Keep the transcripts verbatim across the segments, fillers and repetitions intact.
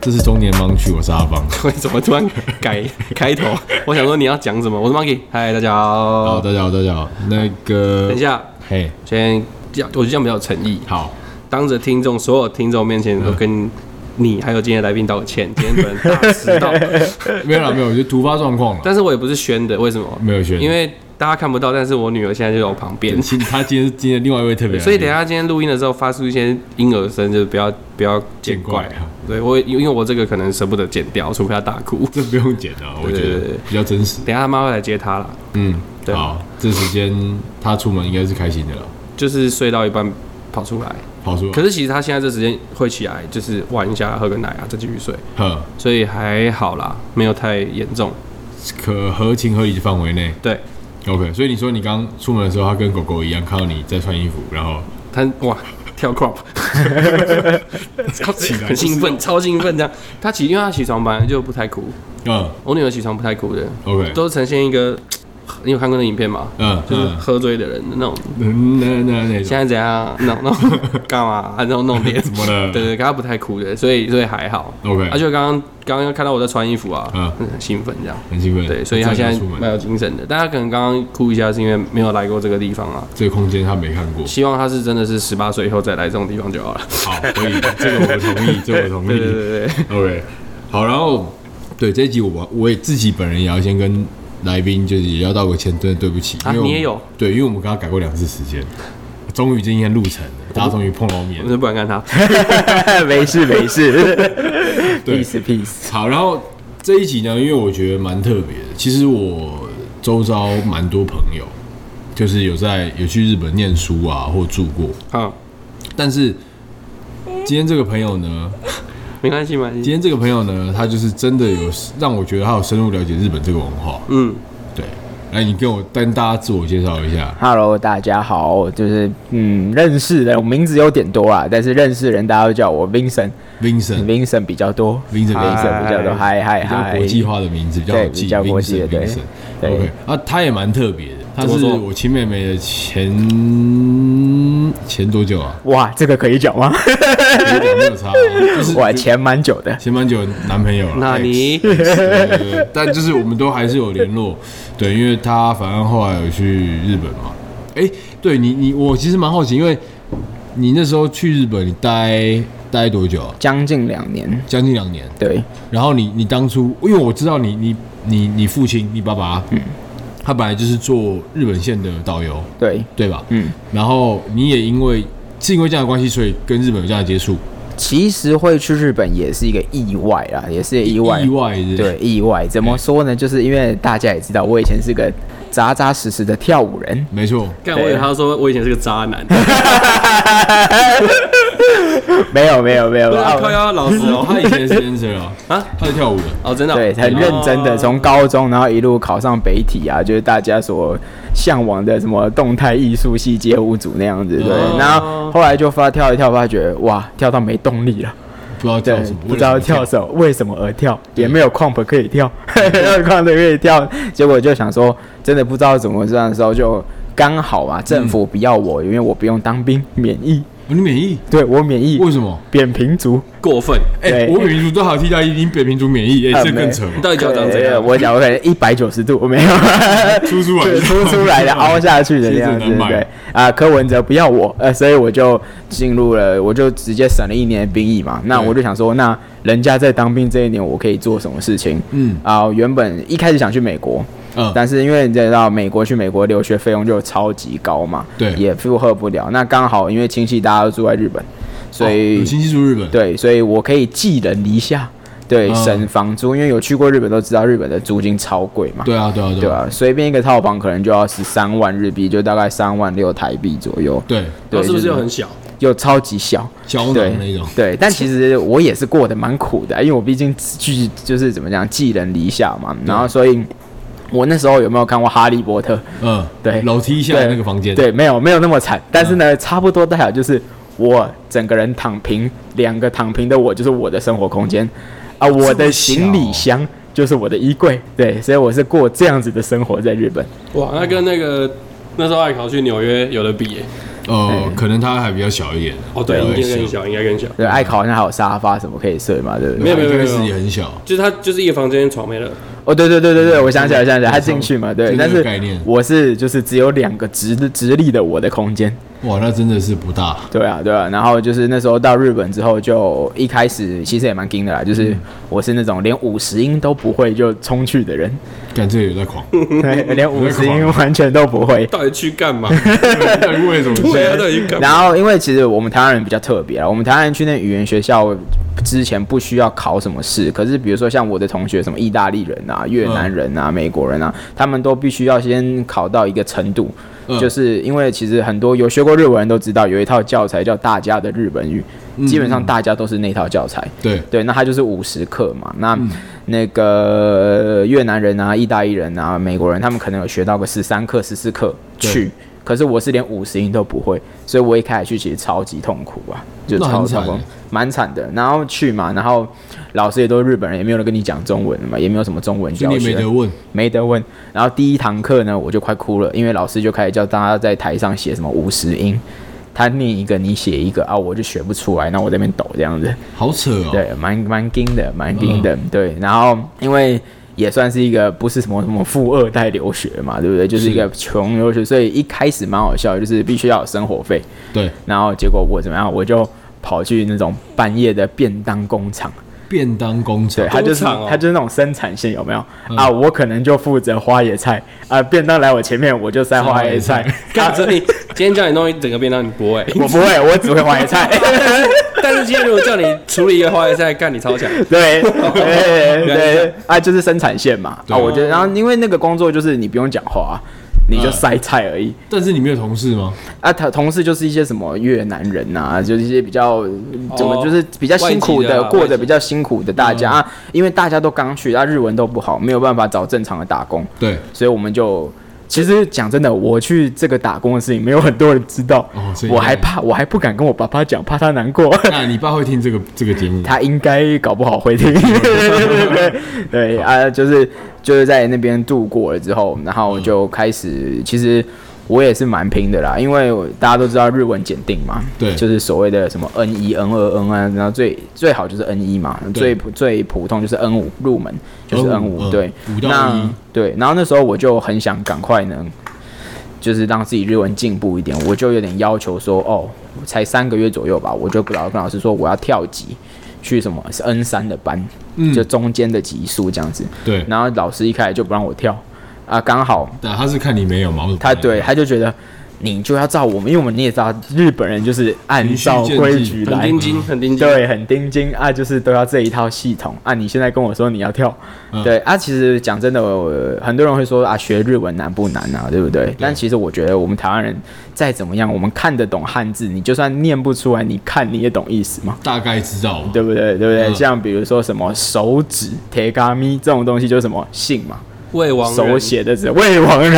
这是中年盲区，我是阿邦。 为什么突然改开头？我想说你要讲什么？我是 Monkey， 嗨，大家好。 好，大家好，大家好。那个， 等一下， 嘿， 先讲，我觉得这样比较有诚意。 好， 当着听众所有听众面前，都跟你还有今天的来宾道个歉，今天本人大迟到。 没有啦，没有，就突发状况了。 但是我也不是宣的，为什么？ 没有宣， 因为大家看不到，但是我女儿现在就在我旁边。 其实她今天是今天另外一位特别来宾， 所以等一下今天录音的时候发出一些婴儿声，就是不要不要见怪啊。对我，因为我这个可能舍不得剪掉，除非她大哭。 这不用剪啊，我觉得比较真实。 等一下她妈会来接她啦。 嗯，对。好，这时间她出门应该是开心的了。 就是睡到一半跑出来， 跑出来。 可是其实她现在这时间会起来，就是玩一下，喝个奶啊，再继续睡。呵，所以还好啦，没有太严重， 可合情合理的范围内。 对。 OK， 所以你说你刚出门的时候，他跟狗狗一样，看到你在穿衣服，然后他哇跳 crop， 很兴奋，超兴奋这样。他起，因为他起床本来就不太哭，嗯，我女儿起床不太哭的 ，OK， 都呈现一个，你有看过那影片吗？嗯，就是喝醉的人的那种，嗯，那那那种，现在怎样？那那干嘛？那种弄脸怎么了？ 对对，他不太哭的，所以所以还好 ，OK。 而且刚刚刚刚看到我在穿衣服啊，嗯，很兴奋这样， 很兴奋， 对，所以他现在蛮有精神的。但他可能刚刚哭一下，是因为没有来过这个地方啊， 这个空间他没看过。 希望他是真的是十八岁以后再来这种地方就好了。 好，可以，这个我同意，这个我同意。 对对对对 ，OK。好，然后对这一集我我也自己本人也要先跟来宾就是也要道个歉，真的对不起。 啊，你也有？ 对，因为我们刚刚改过两次时间。终于今天录成了，大家终于碰到面了。 我是不敢看他， 没事没事 ，peace peace。 好，然后这一集呢，因为我觉得蛮特别的。其实我周遭蛮多朋友，就是有在有去日本念书啊，或住过。啊，但是今天这个朋友呢， 没关系嘛。 今天这个朋友呢，他就是真的有让我觉得他有深入了解日本这个文化。嗯，对。来，你跟我跟大家自我介绍一下。 Hello， 大家好，就是嗯，认识的我名字有点多啊，但是认识的人大家都叫我 Vincent，Vincent，Vincent 比较多 ，Vincent Vincent 比较多，嗨嗨嗨， 比较国际化的名字，比较好记， 比较国际的，对 ，OK， 啊，他也蛮特别的，他是我亲妹妹的前前多久啊？ 哇，这个可以讲吗？ 可以讲，没有差， 就是哇，前蛮久的， 前蛮久的男朋友了。 那你？ 对对对，但就是我们都还是有联络，对，因为他反正后来有去日本嘛。哎，对你你我其实蛮好奇，因为你那时候去日本，你待待多久啊？ 将近两年， 将近两年。 对。 然后你你当初，因为我知道你你你你父亲，你爸爸，嗯，他本来就是做日本线的导游， 对对吧？嗯。然后你也因为是因为这样的关系，所以跟日本有这样的接触。 其实会去日本也是一个意外啦，也是意外， 意外是对，意外。怎么说呢？就是因为大家也知道，我以前是个扎扎实实的跳舞人， 没错。 干，我以为他说我以前是个渣男。 没有没有没有， 靠腰老师哦， 他以前是 dancer 啊，啊，他是跳舞的哦，真的， 对，很认真的，从高中然后一路考上北体啊，就是大家所向往的什么动态艺术系街舞组那样子，对。然后后来就发跳一跳，发觉哇，跳到没动力了。 不知道跳什么， 不知道跳什么，为什么而跳，也没有 comp 可以跳，没有 comp 可以跳，结果就想说，真的不知道怎么回事的时候，就刚好嘛，政府不要我，因为我不用当兵，免疫。 你免疫？ 对，我免疫。 为什么？ 扁平足。 过分！ 哎、欸，我扁平足都好 T 加一，你扁平足免疫，哎、欸，这更扯。 你到底脚长怎样？ 我讲我可能一百九十度，我没有出出来， 出出来的凹下去的这样子，对啊。柯文哲不要我，呃，所以我就进入了，我就直接省了一年的兵役嘛。那我就想说，那人家在当兵这一年，我可以做什么事情？嗯啊，原本一开始想去美国。嗯，但是因为你知道，美国去美国留学费用就超级高嘛， 对， 也负荷不了。那刚好因为亲戚大家都住在日本，所以、 哦、有亲戚住日本， 对，所以我可以寄人篱下，对，嗯、省房租。因为有去过日本都知道，日本的租金超贵嘛。 对啊，对啊， 对啊，随便一个套房可能就要十三万日币，就大概三万六台币左右。 对， 对，是不是又很小？ 又超级小， 胶囊那种。 对，但其实我也是过得蛮苦的，因为我毕竟去就是怎么讲，寄人篱下嘛，然后所以。我那时候有没有看过《哈利波特》？嗯，对， 楼梯下那个房间， 对，没有没有那么惨，但是呢，嗯、差不多代表就是我整个人躺平，两个躺平的我就是我的生活空间啊，我的行李箱就是我的衣柜，对，所以我是过这样子的生活在日本。 哇，那跟那个那时候爱考去纽约有的比耶。 哦，可能他还比较小一点。 哦，对，应该更小，应该更小。 对，爱考好像还有沙发什么可以睡嘛，对不对？ 没有没有没有，也很小， 就是他就是一个房间床没了。 哦，对对对对对，我想起来，我想起来，他进去嘛，对，但是我是就是只有两个直直立的我的空间。 哇，那真的是不大。 对啊，对啊，然后就是那时候到日本之后，就一开始其实也蛮惊的啦，就是我是那种连五十音都不会就冲去的人。 干这有在狂， 对，连五十音完全都不会。 到底去干嘛？ 到底为什么？ 对啊，到底干嘛？ 然后因为其实我们台湾人比较特别啊，我们台湾人去那语言学校之前不需要考什么试，可是比如说像我的同学，什么意大利人啊、越南人啊、美国人啊，他们都必须要先考到一个程度。嗯、就是因为其实很多有学过日文人都知道，有一套教材叫《大家的日本语》，嗯、基本上大家都是那套教材。 对对，那它就是五十课嘛。那、嗯、那个越南人啊、意大利人啊、美国人，他们可能有学到个十三课、十四课去。可是我是连五十音都不会，所以我一开始去其实超级痛苦啊，就超超痛，蛮惨的。然后去嘛，然后老师也都是日本人，也没有人跟你讲中文嘛，也没有什么中文教学， 你没得问， 没得问。然后第一堂课呢，我就快哭了，因为老师就开始叫大家在台上写什么五十音，他念一个你写一个啊，我就学不出来，那我在那边抖这样子， 好扯哦。 对，蛮蛮惊的，蛮惊的，嗯、对。然后因为也算是一个不是什么什么富二代留学嘛，对不对？就是一个穷留学，所以一开始蛮好笑的，就是必须要有生活费。 对， 然后结果我怎么样？我就跑去那种半夜的便当工厂。 便当工厂， 对，它就是它就是那种生产线，有没有、嗯、啊？我可能就负责花椰菜啊，便当来我前面我就塞花椰菜。 干这里，今天叫你弄一整个便当，你不会？ 我不会，我只会花椰菜。 但是今天如果叫你处理一个花椰菜，干你超强。 对对对啊，就是生产线嘛啊，我觉得，然后因为那个工作就是你不用讲话、啊。你就塞菜而已、呃， 但是你没有同事吗？ 啊，同事就是一些什么越南人啊，就是一些比较怎么就是比较辛苦的，过得比较辛苦的大家、嗯、啊，因为大家都刚去，啊，日文都不好，没有办法找正常的打工， 对， 所以我们就。其实讲真的，我去这个打工的事情，没有很多人知道，哦、我还怕，我还不敢跟我爸爸讲，怕他难过。 那你爸会听这个这个节目？ 他应该搞不好会听。对, 对啊，就是就是在那边度过了之后，然后就开始，其实我也是蛮拼的啦，因为大家都知道日文检定嘛， 对， 就是所谓的什么 N 一、N 二、N 三，然后最最好就是 N 一嘛，最最普通就是 N 五入门。就是 N 五、嗯、对， 五到一对，然后那时候我就很想赶快能，就是让自己日文进步一点，我就有点要求说，哦，才三个月左右吧，我就跟老师说我要跳级去什么是 N 三的班，嗯、就中间的级数这样子。 对， 然后老师一开始就不让我跳啊，刚好， 对，他是看你没有嘛， 他对他就觉得。你就要照我们，因为我们你也知道，日本人就是按照规矩来， 很盯紧，很盯紧， 对，很盯紧啊，就是都要这一套系统啊。你现在跟我说你要跳，嗯、对啊，其实讲真的，很多人会说啊，学日文难不难啊，对不对？对，但其实我觉得我们台湾人再怎么样，我们看得懂汉字，你就算念不出来，你看你也懂意思嘛， 大概知道， 对不对？对不对？嗯、像比如说什么手指、铁嘎咪这种东西，就是什么姓嘛。 未亡人手写的字，未亡人。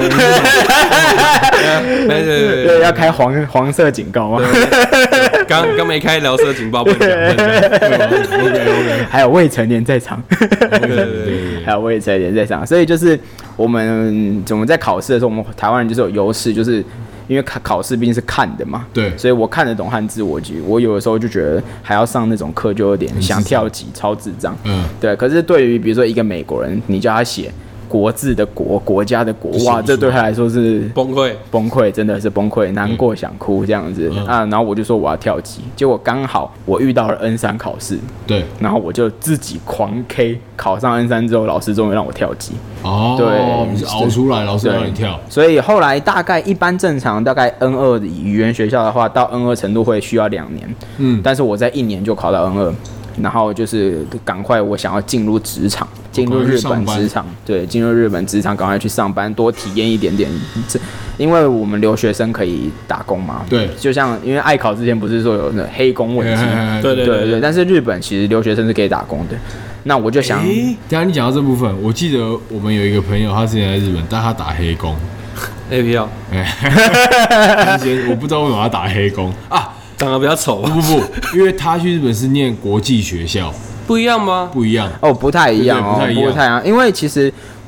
对对对，要开黄黄色警告吗？ 刚刚没开聊色警报，不能讲。 还有未成年在场，对对对，还有未成年在场，所以就是我们我们在考试的时候，我们台湾人就是有优势，就是因为考考试毕竟是看的嘛， 对， 所以我看得懂汉字，我我有的时候就觉得还要上那种课就有点想跳级，超智障。嗯，对。可是对于比如说一个美国人，你叫他写国字的国，国家的国，哇，这对他来说是崩溃， 崩溃，真的是崩溃，难过想哭这样子、嗯、啊。然后我就说我要跳级，结果刚好我遇到了 N 三考试， 对， 然后我就自己狂 K， 考上 N 三之后，老师终于让我跳级。 哦，对，你是熬出来，老师让你跳。 所以后来大概一般正常，大概 N 二 语言学校的话，到 N 二 程度会需要两年，嗯，但是我在一年就考到 N 二。然后就是赶快，我想要进入职场，进入日本职场，对，进入日本职场，赶快去上班，多体验一点点。这，因为我们留学生可以打工嘛， 对， 就像因为爱考之前不是说有那黑工问题， 对对 对, 对, 对， 但是日本其实留学生是可以打工的。那我就想， 等一下你讲到这部分，我记得我们有一个朋友，他之前在日本，但他打黑工 ，A P L， 我不知道为什么他打黑工啊。 长得比较丑， 不不不，因为他去日本是念国际学校， 不一样吗？ 不一样哦，不太一样哦，不太一样，因为其实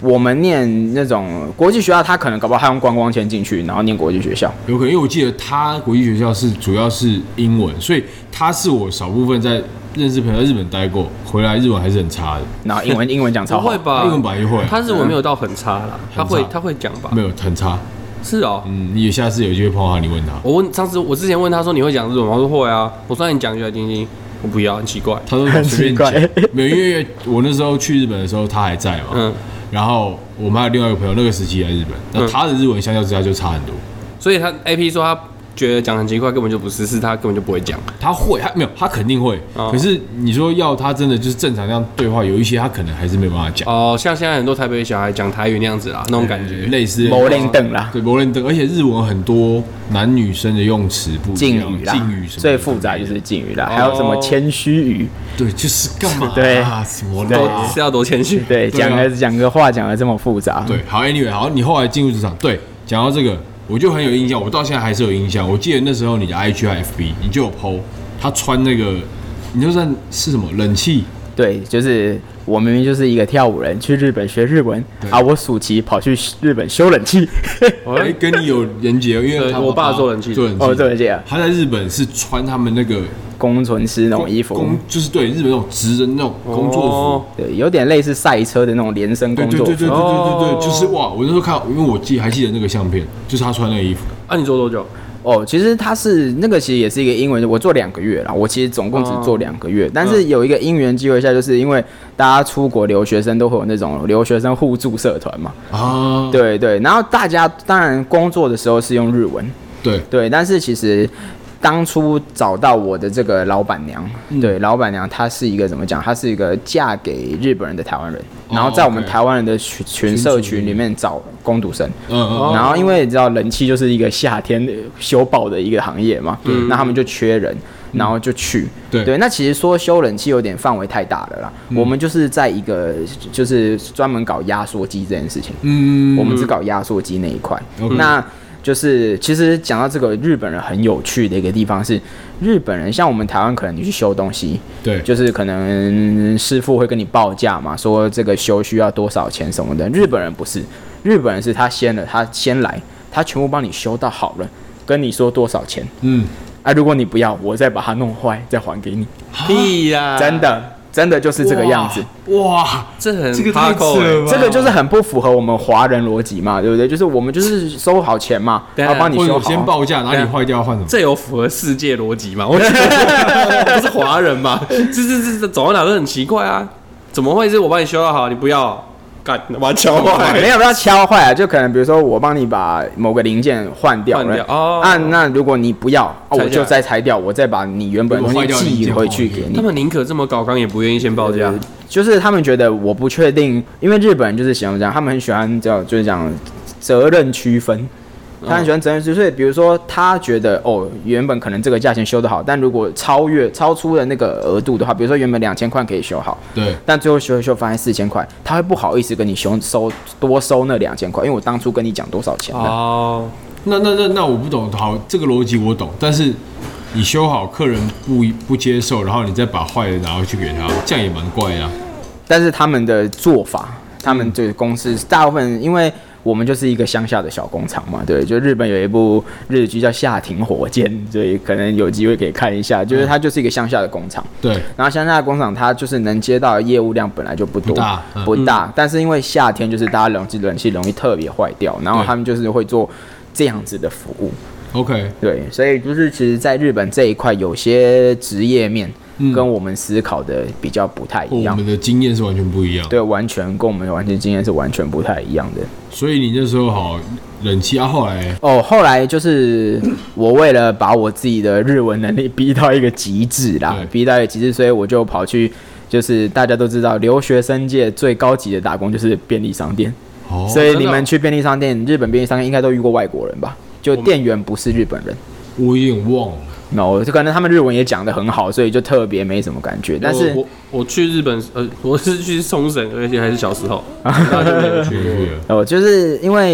我们念那种国际学校，他可能搞不好他用观光签进去，然后念国际学校， 有可能，因为我记得他国际学校是主要是英文，所以他是我少部分在认识朋友在日本待过，回来日文还是很差的。 然后英文英文讲超好， 不会吧？ 英文本来就会、啊， 他日文没有到很差啦，他会他会讲吧？ 没有很差。 是哦， 嗯，你下次有机会碰到他，你问他。 我问上次我之前问他说你会讲日文吗？我说会啊。我说你讲就来听听。我不要，很奇怪。 他说随便讲，没有，因为我那时候去日本的时候他还在嘛。嗯。然后我们还有另外一个朋友，那个时期来日本，那他的日文相较之下就差很多。 所以他 A P 说他觉得讲很奇怪，根本就不是，是他根本就不会讲。 他会，他没有，他肯定会。哦、可是你说要他真的就是正常这样对话，有一些他可能还是没办法讲。 哦，像现在很多台北小孩讲台语那样子啦，那种感觉类似。 模棱等啦， 对，模棱等，而且日文很多男女生的用词不一样， 敬语啦， 敬语什么最复杂就是敬语啦，哦、还有什么谦虚语。 对，就是干嘛、啊？ 对， 什么的、啊， 是要多谦虚。 对，讲个讲个话讲的这么复杂。 对，好 ，anyway， 好，你后来进入职场，对，讲到这个。我就很有印象，我到现在还是有印象。我记得那时候你的 I G 和 F B， 你就有 po 他穿那个，你就算是什么冷气？ 对，就是我明明就是一个跳舞人，去日本学日文啊，我暑期跑去日本修冷气。 哎，跟你有连结，因为我爸做冷气， 做冷气， 哦，做冷气啊。 他在日本是穿他们那个工程师那种衣服， 工就是对日本那种职人那种工作服， 哦、对，有点类似赛车的那种连身工作服。 对对对对对对对，就是哇！我那时候看，因为我记还记得那个相片，就是他穿那个衣服。 啊，你做多久？ 哦，其实他是那个，其实也是一个英文，我做两个月啦。我其实总共只做两个月，但是有一个因缘机会下，就是因为大家出国留学生都会有那种留学生互助社团嘛。啊，对对，然后大家当然工作的时候是用日文， 对对，但是其实。当初找到我的这个老板娘，嗯、对，老板娘她是一个怎么讲？她是一个嫁给日本人的台湾人，哦、然后在我们台湾人的群群社群里面找工读生。嗯嗯。然后因为你知道冷气就是一个夏天修爆的一个行业嘛，嗯、那他们就缺人，然后就去。 对对，那其实说修冷气有点范围太大了啦。嗯、我们就是在一个就是专门搞压缩机这件事情。嗯。我们只搞压缩机那一块。嗯、那。就是其实讲到这个日本人很有趣的一个地方是，日本人像我们台湾可能你去修东西， 对， 就是可能师傅会跟你报价嘛，说这个修需要多少钱什么的。日本人不是，日本人是他先了，他先来，他全部帮你修到好了，跟你说多少钱，嗯，啊，如果你不要，我再把它弄坏，再还给你。 屁呀， 真的。真的就是这个样子， 哇， 这很这个太扯了吧， 这个就是很不符合我们华人逻辑嘛，对不对？就是我们就是收好钱嘛，然后帮你修好， 先报价，然后你坏掉换什么？ 这有符合世界逻辑吗？我觉得不是华人嘛，这这这走到哪都很奇怪啊，怎么会是我帮你修好，你不要？干，把它敲坏？ 没有，不要敲坏啊！就可能比如说，我帮你把某个零件换掉了，哦，啊，那如果你不要，啊，我就再拆掉，我再把你原本的东西寄回去给你。 他们宁可这么搞刚，也不愿意先报价， 就是他们觉得我不确定，因为日本人就是喜欢这样，他们很喜欢叫就是讲责任区分。他很喜欢责任区分，所以比如说他觉得哦，原本可能这个价钱修得好，但如果超越超出了那个额度的话，比如说原本两千块可以修好， 对， 但最后修一修发现四千块，他会不好意思跟你修收多收那两千块，因为我当初跟你讲多少钱的。 哦，那那那那我不懂，好，这个逻辑我懂，但是你修好，客人不不接受，然后你再把坏的拿回去给他，这样也蛮怪啊。 但是他们的做法，他们这个公司大部分因为。我们就是一个乡下的小工厂嘛，对，就日本有一部日剧叫《夏庭火箭》，所以可能有机会可以看一下，就是它就是一个乡下的工厂， 对。 然后乡下的工厂它就是能接到的业务量本来就不多， 不大，嗯、 不大，但是因为夏天就是大家冷气冷气容易特别坏掉，然后他们就是会做这样子的服务。 OK， 对，所以就是其实，在日本这一块有些职业面。跟我们思考的比较不太一样， 我们的经验是完全不一样。 对，完全跟我们的完全经验是完全不太一样的。 所以你那时候好冷气啊，后来哦，后来就是我为了把我自己的日文能力逼到一个极致啦，逼到一个极致，所以我就跑去，就是大家都知道，留学生界最高级的打工就是便利商店。哦，所以你们去便利商店，日本便利商店应该都遇过外国人吧？就店员不是日本人。 我有点忘了。 no， 可能他们日文也讲得很好，所以就特别没什么感觉。但是我 我, 我去日本，呃，我是去冲绳，而且还是小时候， 哦，就是因为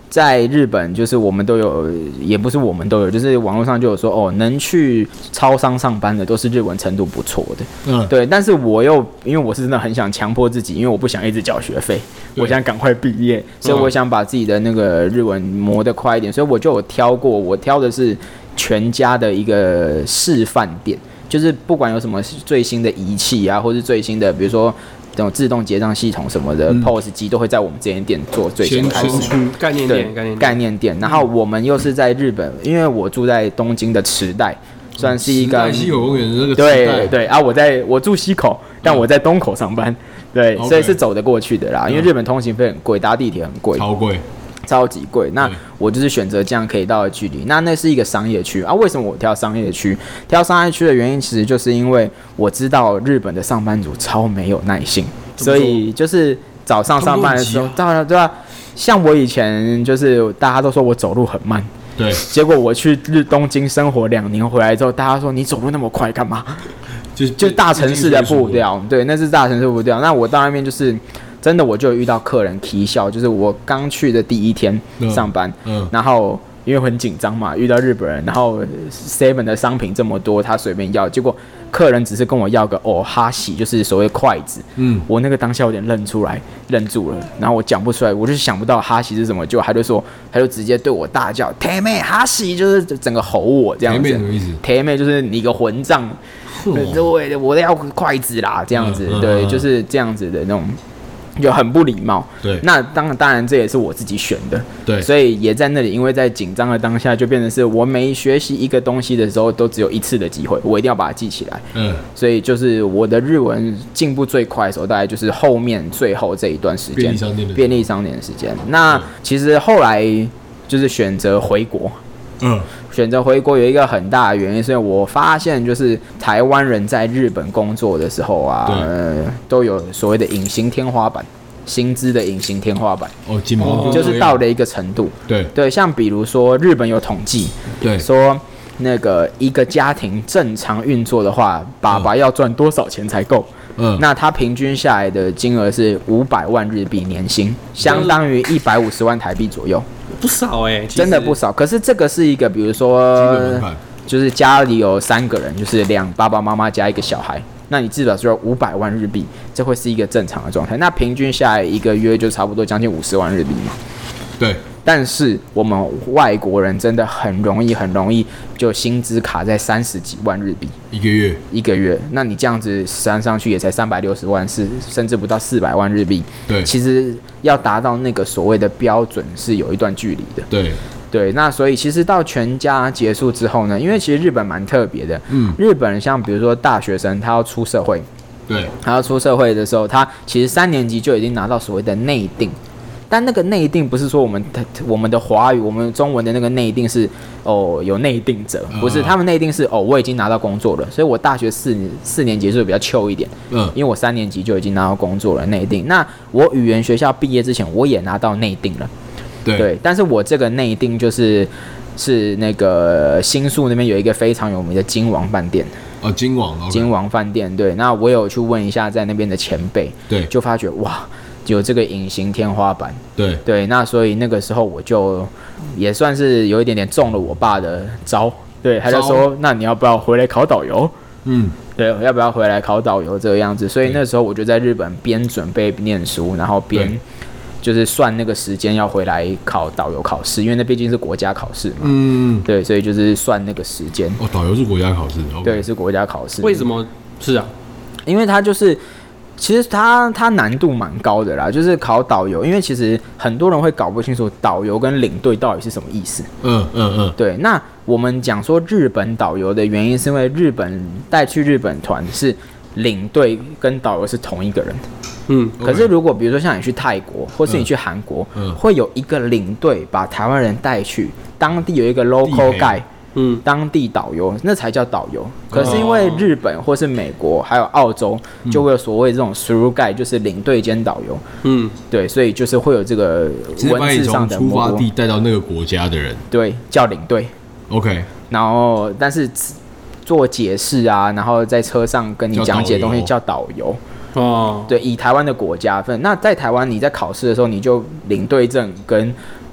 在日本，就是我们都有，也不是我们都有，就是网络上就有说，哦，能去超商上班的都是日文程度不错的。嗯，对。但是我又因为我是真的很想强迫自己，因为我不想一直缴学费，我想赶快毕业，所以我想把自己的那个日文磨得快一点，所以我就有挑过，我挑的是全家的一个示范店，就是不管有什么最新的仪器啊，或是最新的，比如说。这种自动结账系统什么的、嗯、P O S 机都会在我们这间店做最先开始概念店，概念概念店。然后我们又是在日本，因为我住在东京的池袋，算是一个西口公园的那个池袋。对对啊，我在我住西口，但我在东口上班，对，嗯、所以是走得过去的啦。因为日本通行费很贵，搭地铁很贵， 超贵。 超级贵，那我就是选择这样可以到的距离。那那是一个商业区啊。为什么我挑商业区？挑商业区的原因，其实就是因为我知道日本的上班族超没有耐性，所以就是早上上班的时候，当然对啊，像我以前就是大家都说我走路很慢， 对， 结果我去日东京生活两年回来之后，大家说你走路那么快干嘛？就就大城市的步调，对，那是大城市步调。那我到那边就是。真的，我就有遇到客人啼笑，就是我刚去的第一天上班，嗯嗯、然后因为很紧张嘛，遇到日本人，然后 seven 的商品这么多，他随便要，结果客人只是跟我要个哦哈喜，就是所谓筷子，嗯，我那个当下有点愣出来，愣住了，然后我讲不出来，我就想不到哈喜是什么，结果他就说，他就直接对我大叫，铁妹哈喜，就是整个吼我这样子， 铁妹什么意思？ 铁妹就是你个混账，对，我要筷子啦，这样子，嗯、对，嗯、就是这样子的那种。就很不礼貌， 对。 那当当然这也是我自己选的， 对。 所以也在那里，因为在紧张的当下，就变成是我每学习一个东西的时候，都只有一次的机会，我一定要把它记起来。嗯。所以就是我的日文进步最快的时候，大概就是后面最后这一段时间，便利商店的便利商店的时间。那其实后来就是选择回国，嗯。选择回国有一个很大的原因，是因为我发现就是台湾人在日本工作的时候啊，呃，都有所谓的隐形天花板，薪资的隐形天花板。 哦，紧绷就是到了一个程度。 对对，像比如说日本有统计， 对， 说那个一个家庭正常运作的话，爸爸要赚多少钱才够？嗯，那他平均下来的金额是五百万日币年薪，相当于一百五十万台币左右。 不少哎、欸， 真的不少。可是这个是一个，比如说，就是家里有三个人，就是两爸爸妈妈加一个小孩，那你至少说五百万日币，这会是一个正常的状态。那平均下来一个月就差不多将近五十万日币嘛。 对。 但是我们外国人真的很容易很容易就薪资卡在三十几万日币一个月， 一个月。那你这样子算上去也才三百六十万，是甚至不到四百万日币。 对， 其实要达到那个所谓的标准是有一段距离的。 对对，那所以其实到全家结束之后呢，因为其实日本蛮特别的，嗯，日本人像比如说大学生，他要出社会， 对， 他要出社会的时候，他其实三年级就已经拿到所谓的内定。但那个内定不是说我们我们的华语，我们中文的那个内定是哦有内定者，不是，他们内定是哦我已经拿到工作了，所以我大学四四年级就比较糗一点，嗯，因为我三年级就已经拿到工作了内定。那我语言学校毕业之前我也拿到内定了， 对， 对，但是我这个内定就是是那个新宿那边有一个非常有名的金王饭店。 哦，金王， 金王饭店，对，那我有去问一下在那边的前辈， 对， 就发觉哇。有这个隐形天花板， 对对，那所以那个时候我就也算是有一点点中了我爸的招，对，他就说那你要不要回来考导游？嗯，对，要不要回来考导游这个样子？所以那时候我就在日本边准备念书，然后边就是算那个时间要回来考导游考试，因为那毕竟是国家考试嘛，嗯，对，所以就是算那个时间。 哦，导游是国家考试， 对，是国家考试。 为什么是啊？ 因为他就是。其实它它难度蛮高的啦，就是考导游，因为其实很多人会搞不清楚导游跟领队到底是什么意思。嗯嗯嗯，对。那我们讲说日本导游的原因，是因为日本带去日本团是领队跟导游是同一个人。嗯，可是如果比如说像你去泰国，或是你去韩国，嗯嗯、会有一个领队把台湾人带去，当地有一个 local guide。嗯，当地导游那才叫导游。可是因为日本或是美国还有澳洲，就会有所谓这种 through guide，就是领队兼导游。嗯，对，所以就是会有这个文字上的出发地带到那个国家的人， 对，叫领队。 OK， 然后但是做解释啊，然后在车上跟你讲解东西叫导游。哦，对，以台湾的国家分，那在台湾你在考试的时候，你就领队证跟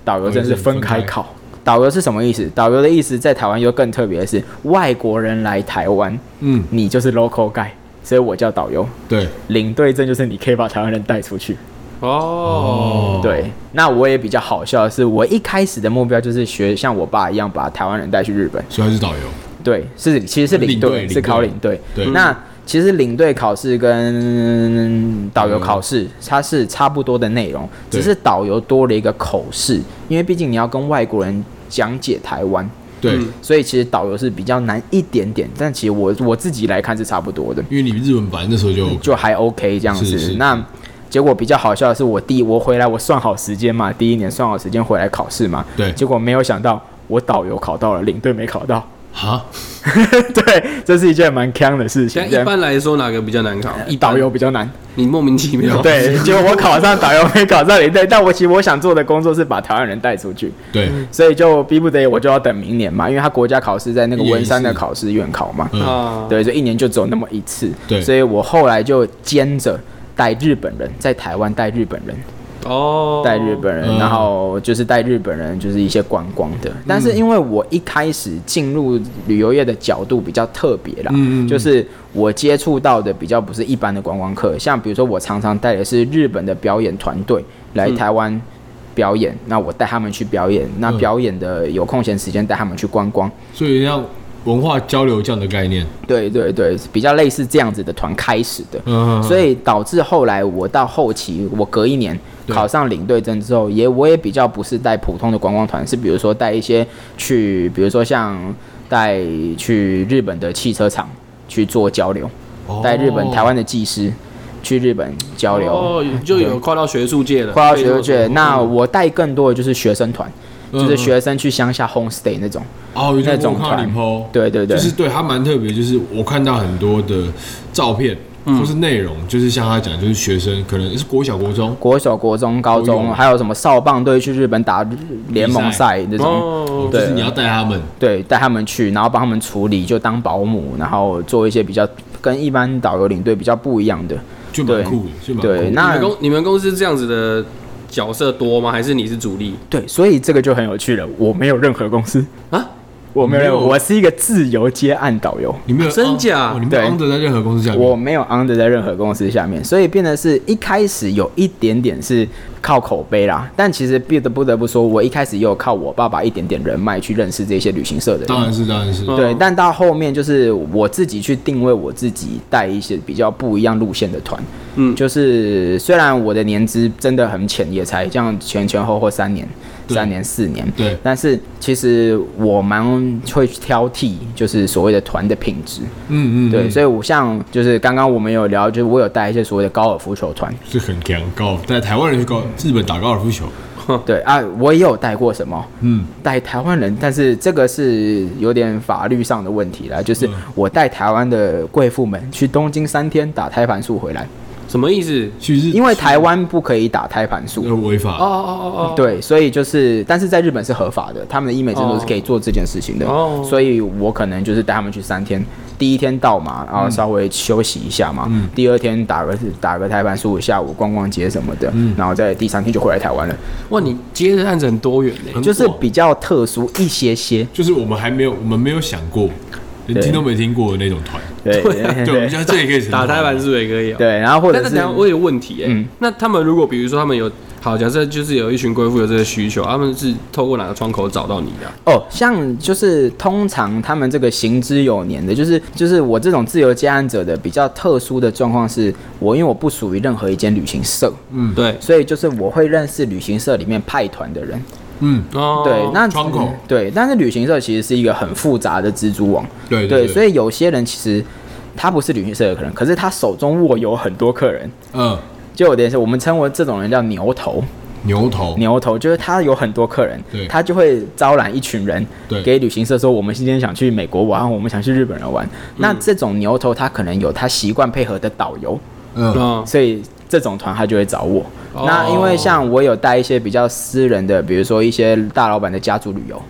导游证是分开考。导游是什么意思？导游的意思在台湾又更特别的是，外国人来台湾，嗯，你就是 local guide， 所以我叫导游。 对， 领队证就是你可以把台湾人带出去。 哦， 对，那我也比较好笑的是，我一开始的目标就是学像我爸一样把台湾人带去日本， 所以他是导游。 对，是其实是领队，是考领队。对，那其实领队考试跟导游考试它是差不多的内容，只是导游多了一个口试，因为毕竟你要跟外国人讲解台湾。 对， 所以其实导游是比较难一点点，但其实我我自己来看是差不多的， 因为你日文版那时候就就还 OK 这样子。 是是那结果比较好笑的是，我第一我回来我算好时间嘛，第一年算好时间回来考试嘛， 对， 结果没有想到我导游考到了，领队没考到。 哈， 对，这是一件蛮坑的事情。 但一般来说，哪个比较难考？ 导游比较难。 你莫名其妙。 对，结果我考上导游，没考上领队。但我其实我想做的工作是把台湾人带出去。 对， 所以就逼不得已，我就要等明年嘛，因为他国家考试在那个文山的考试院考嘛。嗯。对，所以一年就只有那么一次。 对。 所以我后来就兼着带日本人，在台湾带日本人。哦，带日本人，然后就是带日本人，就是一些观光的。但是因为我一开始进入旅游业的角度比较特别啦，嗯，就是我接触到的比较不是一般的观光客，像比如说我常常带的是日本的表演团队来台湾表演，那我带他们去表演，那表演的有空闲时间带他们去观光， 所以像文化交流这样的概念， 对对对，比较类似这样子的团开始的，嗯，所以导致后来我到后期，我隔一年考上领队证之后，也我也比较不是带普通的观光团，是比如说带一些去，比如说像带去日本的汽车厂去做交流，带日本台湾的技师去日本交流， 哦，就有跨到学术界了， 跨到学术界。那我带更多的就是学生团。就是学生去乡下 homestay 那种哦，那种团， 对对对， 就是对他蛮特别，就是我看到很多的照片或是内容，就是像他讲，就是学生可能是国小、国中、 国小、国中、高中，还有什么少棒队去日本打联盟赛那种， 就是你要带他们， 对，带他们去，然后帮他们处理，就当保姆，然后做一些比较跟一般导游领队比较不一样的， 就蛮酷的，就蛮酷的。 对，那你们公你们公司这样子的角色多吗？还是你是主力？ 对，所以这个就很有趣了。我没有任何公司啊，我没有任何，我是一个自由接案导游。 你没有真假？ 你没有 under 在任何公司下面？ 我没有 under 在任何公司下面，所以变得是一开始有一点点是靠口碑啦。但其实不得不得不说，我一开始也有靠我爸爸一点点人脉去认识这些旅行社的人。 当然是，当然是。 对，但到后面就是我自己去定位我自己带一些比较不一样路线的团。嗯，就是虽然我的年资真的很浅，也才这样前前后后三年、三年四年， 对， 但是其实我蛮会挑剔，就是所谓的团的品质，嗯嗯，对，所以我像就是刚刚我们有聊，就是我有带一些所谓的高尔夫球团， 是很强高，带台湾人去高日本打高尔夫球。 对啊，我也有带过什么，嗯，带台湾人，但是这个是有点法律上的问题啦，就是我带台湾的贵妇们去东京三天打胎盘术回来。 什么意思？ 因为台湾不可以打胎盘术， 违法。 哦哦哦哦， 对，所以就是，但是在日本是合法的，他们的医美制度是可以做这件事情的。哦，所以我可能就是带他们去三天，第一天到嘛，然后稍微休息一下嘛，嗯、第二天打个打个胎盘术，下午逛逛街什么的，嗯、然后在第三天就回来台湾了。 哇，你接的案子很多元嘞， 就是比较特殊一些些， 就是我们还没有，我们没有想过。连听都没听过的那种团， 对对，像这也可以打胎盘是不是也可以啊？ 对，然后或者是我有问题哎、欸，嗯、那他们如果比如说他们有好，假设就是有一群贵妇有这个需求，他们是透过哪个窗口找到你的、啊？ 哦，像就是通常他们这个行之有年的，就是就是我这种自由接案者的比较特殊的状况是，我因为我不属于任何一间旅行社， 嗯，对， 所以就是我会认识旅行社里面派团的人。 嗯， 哦，对，那窗口对，但是旅行社其实是一个很复杂的蜘蛛网， 对 对, 对, 对，所以有些人其实他不是旅行社的客人，可是他手中握有很多客人，嗯，就有点是我们称为这种人叫牛头， 牛头， 牛头就是他有很多客人， 对， 他就会招揽一群人， 对， 给旅行社说我们今天想去美国玩，我们想去日本人玩，嗯、那这种牛头他可能有他习惯配合的导游，嗯，所以这种团他就会找我。那因为像我有带一些比较私人的，比如说一些大老板的家族旅游，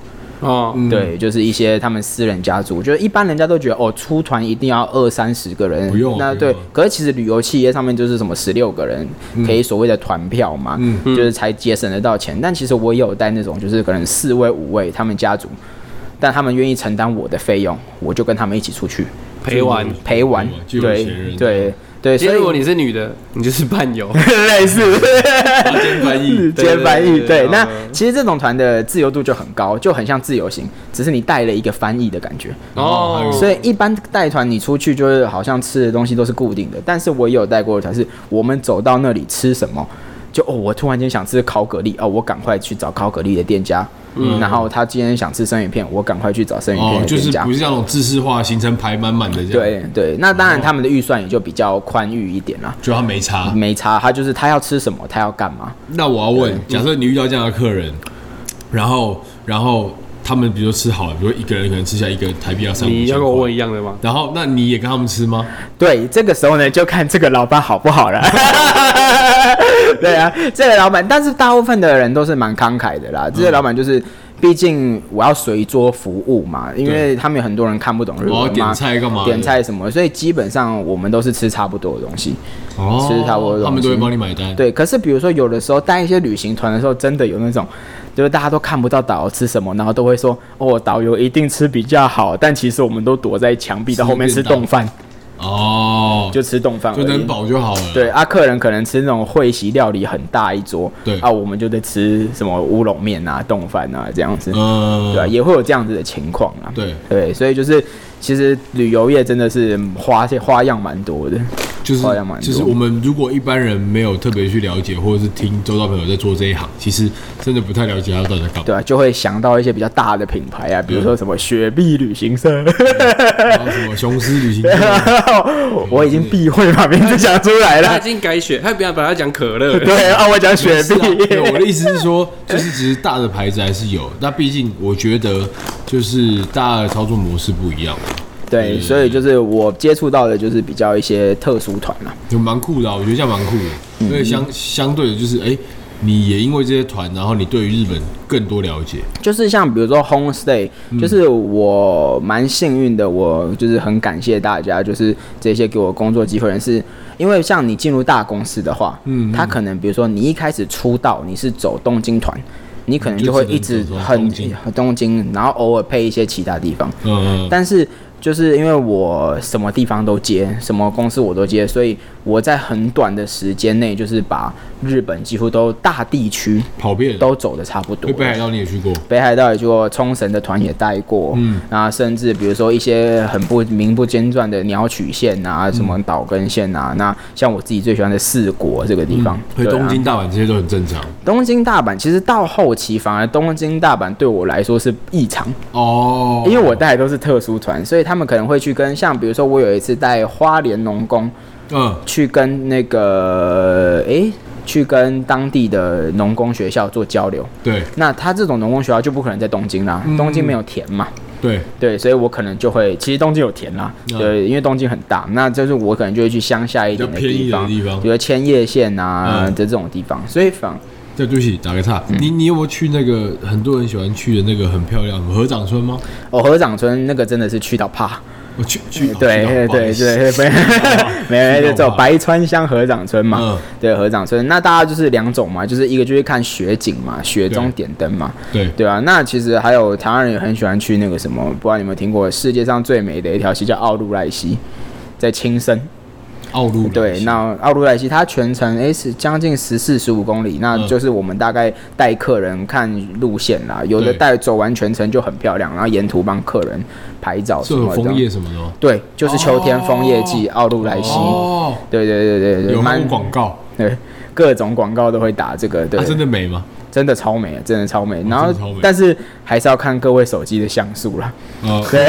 哦，对，就是一些他们私人家族，就是一般人家都觉得哦，出团一定要二三十个人， 不用， 那对，可是其实旅游企业上面就是什么十六个人可以所谓的团票嘛，嗯，就是才节省得到钱。但其实我也有带那种，就是可能四位五位他们家族，但他们愿意承担我的费用，我就跟他们一起出去陪玩陪玩，对对。对， 所以如果你是女的，你就是伴游， 类似兼翻译， 兼翻译。对，那其实这种团的自由度就很高，就很像自由行，只是你带了一个翻译的感觉。哦，所以一般带团你出去就是好像吃的东西都是固定的，但是我也有带过的团是，我们走到那里吃什么，就哦，我突然间想吃烤蛤蜊，哦，我赶快去找烤蛤蜊的店家。嗯，然后他今天想吃生鱼片，我赶快去找生鱼片的店家。 哦，就是不是那种制式化行程排满满的这样。 对对，那当然他们的预算也就比较宽裕一点啦。 就他没差， 没差，他就是他要吃什么，他要干嘛。 那我要问，假设你遇到这样的客人，然后然后他们比如说吃好了，比如说一个人可能吃下一个台币要三五千块， 你要跟我问一样的吗？ 然后那你也跟他们吃吗？ 对，这个时候呢就看这个老板好不好了。对啊，这个老板，但是大部分的人都是蛮慷慨的啦。这个老板就是，毕竟我要随桌服务嘛，因为他们有很多人看不懂日文嘛， 我要点菜干嘛？ 点菜什么，所以基本上我们都是吃差不多的东西，哦，吃差不多的东西， 他们都会帮你买单。 对，可是比如说有的时候带一些旅行团的时候，真的有那种。就是大家都看不到导游吃什么，然后都会说哦，导游一定吃比较好，但其实我们都躲在墙壁的后面吃冻饭。哦，就吃冻饭， 就能饱就好了。 对啊，客人可能吃那种会席料理很大一桌， 对啊，我们就在吃什么乌龙面啊、冻饭啊这样子，嗯，对啊，也会有这样子的情况啊。 对对，所以就是其实旅游业真的是花花样蛮多的。 就是就是我们如果一般人没有特别去了解，或者是听周遭朋友在做这一行，其实真的不太了解他到底在干嘛。 对啊，就会想到一些比较大的品牌啊，比如说什么雪碧旅行社， 然后什么雄狮旅行社。 我已经避讳把名字讲出来了。 他已经改雪，他不要把它讲可乐。 对啊，我讲雪碧。 我的意思是说，就是其实大的牌子还是有，那毕竟我觉得就是大家的操作模式不一样。 对，所以就是我接触到的，就是比较一些特殊团啦， 就蛮酷的、啊，我觉得这样蛮酷的。因为相相对的，就是哎、欸，你也因为这些团，然后你对于日本更多了解。 就是像比如说 homestay，、嗯、就是我蛮幸运的，我就是很感谢大家，就是这些给我工作机会人是。因为像你进入大公司的话，嗯，他可能比如说你一开始出道你是走东京团。你可能就会一直很东 京, 东京，然后偶尔配一些其他地方。嗯，但是就是因为我什么地方都接，什么公司我都接，所以我在很短的时间内，就是把日本几乎都大地区跑遍， 都走的差不多。 北海道你也去过？ 北海道也去过，冲绳的团也带过。嗯，然后甚至比如说一些很不名不见传的鸟取县啊，什么岛根县啊，嗯、那像我自己最喜欢的四国这个地方， 所以、嗯、东京、大阪这些都很正常。 东京、大阪其实到后期反而东京、大阪对我来说是异常哦，因为我带的都是特殊团，所以他们可能会去跟像比如说我有一次带花莲农工，嗯，去跟那个哎。去跟当地的农工学校做交流， 对， 那他这种农工学校就不可能在东京啦，嗯、东京没有田嘛， 对对，所以我可能就会，其实东京有田啦，嗯、对，因为东京很大，那就是我可能就会去乡下一点的地方， 地方比如千叶县啊、嗯、的这种地方，所以反。 对，对不起，打个岔。嗯、你你有没有去那个很多人喜欢去的那个很漂亮的合掌村吗？ 哦，合掌村那个真的是去到怕。 我去去对对对对，没没就白川乡合掌村嘛，嗯、对合掌村，那大家就是两种嘛，就是一个就是看雪景嘛，雪中点灯嘛， 对对啊。那其实还有台湾人也很喜欢去那个什么，不知道你有没有听过，世界上最美的一条溪叫奥入濑溪，在青森。 奥入对，那奥入濑溪它全程哎是将近十四十五公里，那就是我们大概带客人看路线啦，有的带走完全程就很漂亮，然后沿途帮客人拍照什么的。 是有枫叶什么的吗？ 对，就是秋天枫叶季，奥入濑溪。哦，对对对对对， 有蛮广告， 对，各种广告都会打这个。对， 它真的美吗？ 真的超美，真的超美。然后，但是还是要看各位手机的像素啦。哦，对，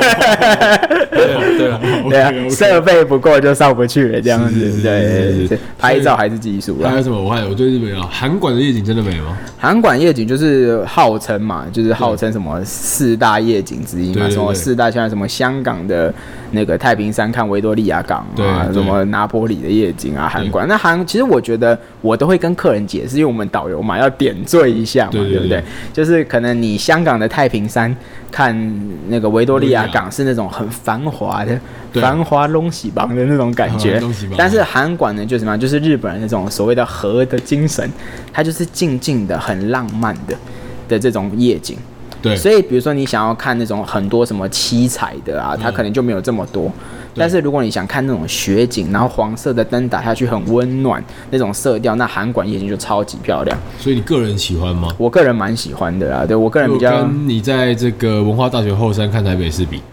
对啊，对啊，设备不够就上不去了，这样子。对，拍照还是技术啦。 还有什么？我还我对日本啊，函馆的夜景真的美吗？ 函馆夜景就是号称嘛，就是号称什么四大夜景之一嘛，什么四大像什么香港的那个太平山看维多利亚港啊，什么拿坡里的夜景啊，函馆。那函其实我觉得我都会跟客人解释，因为我们导游嘛要点。 点缀一下嘛， 对, 对, 对, 对不对？就是可能你香港的太平山看那个维多利亚港是那种很繁华的、繁华东西邦的那种感觉，但是函馆呢，就是什么？就是日本人那种所谓的和的精神，它就是静静的、很浪漫的的这种夜景。 对， 所以比如说你想要看那种很多什么七彩的啊，它可能就没有这么多。但是如果你想看那种雪景，然后黄色的灯打下去很温暖那种色调，那函馆夜景就超级漂亮。 所以你个人喜欢吗？ 我个人蛮喜欢的啦，对我个人比较。 跟你在这个文化大学后山看台北市比，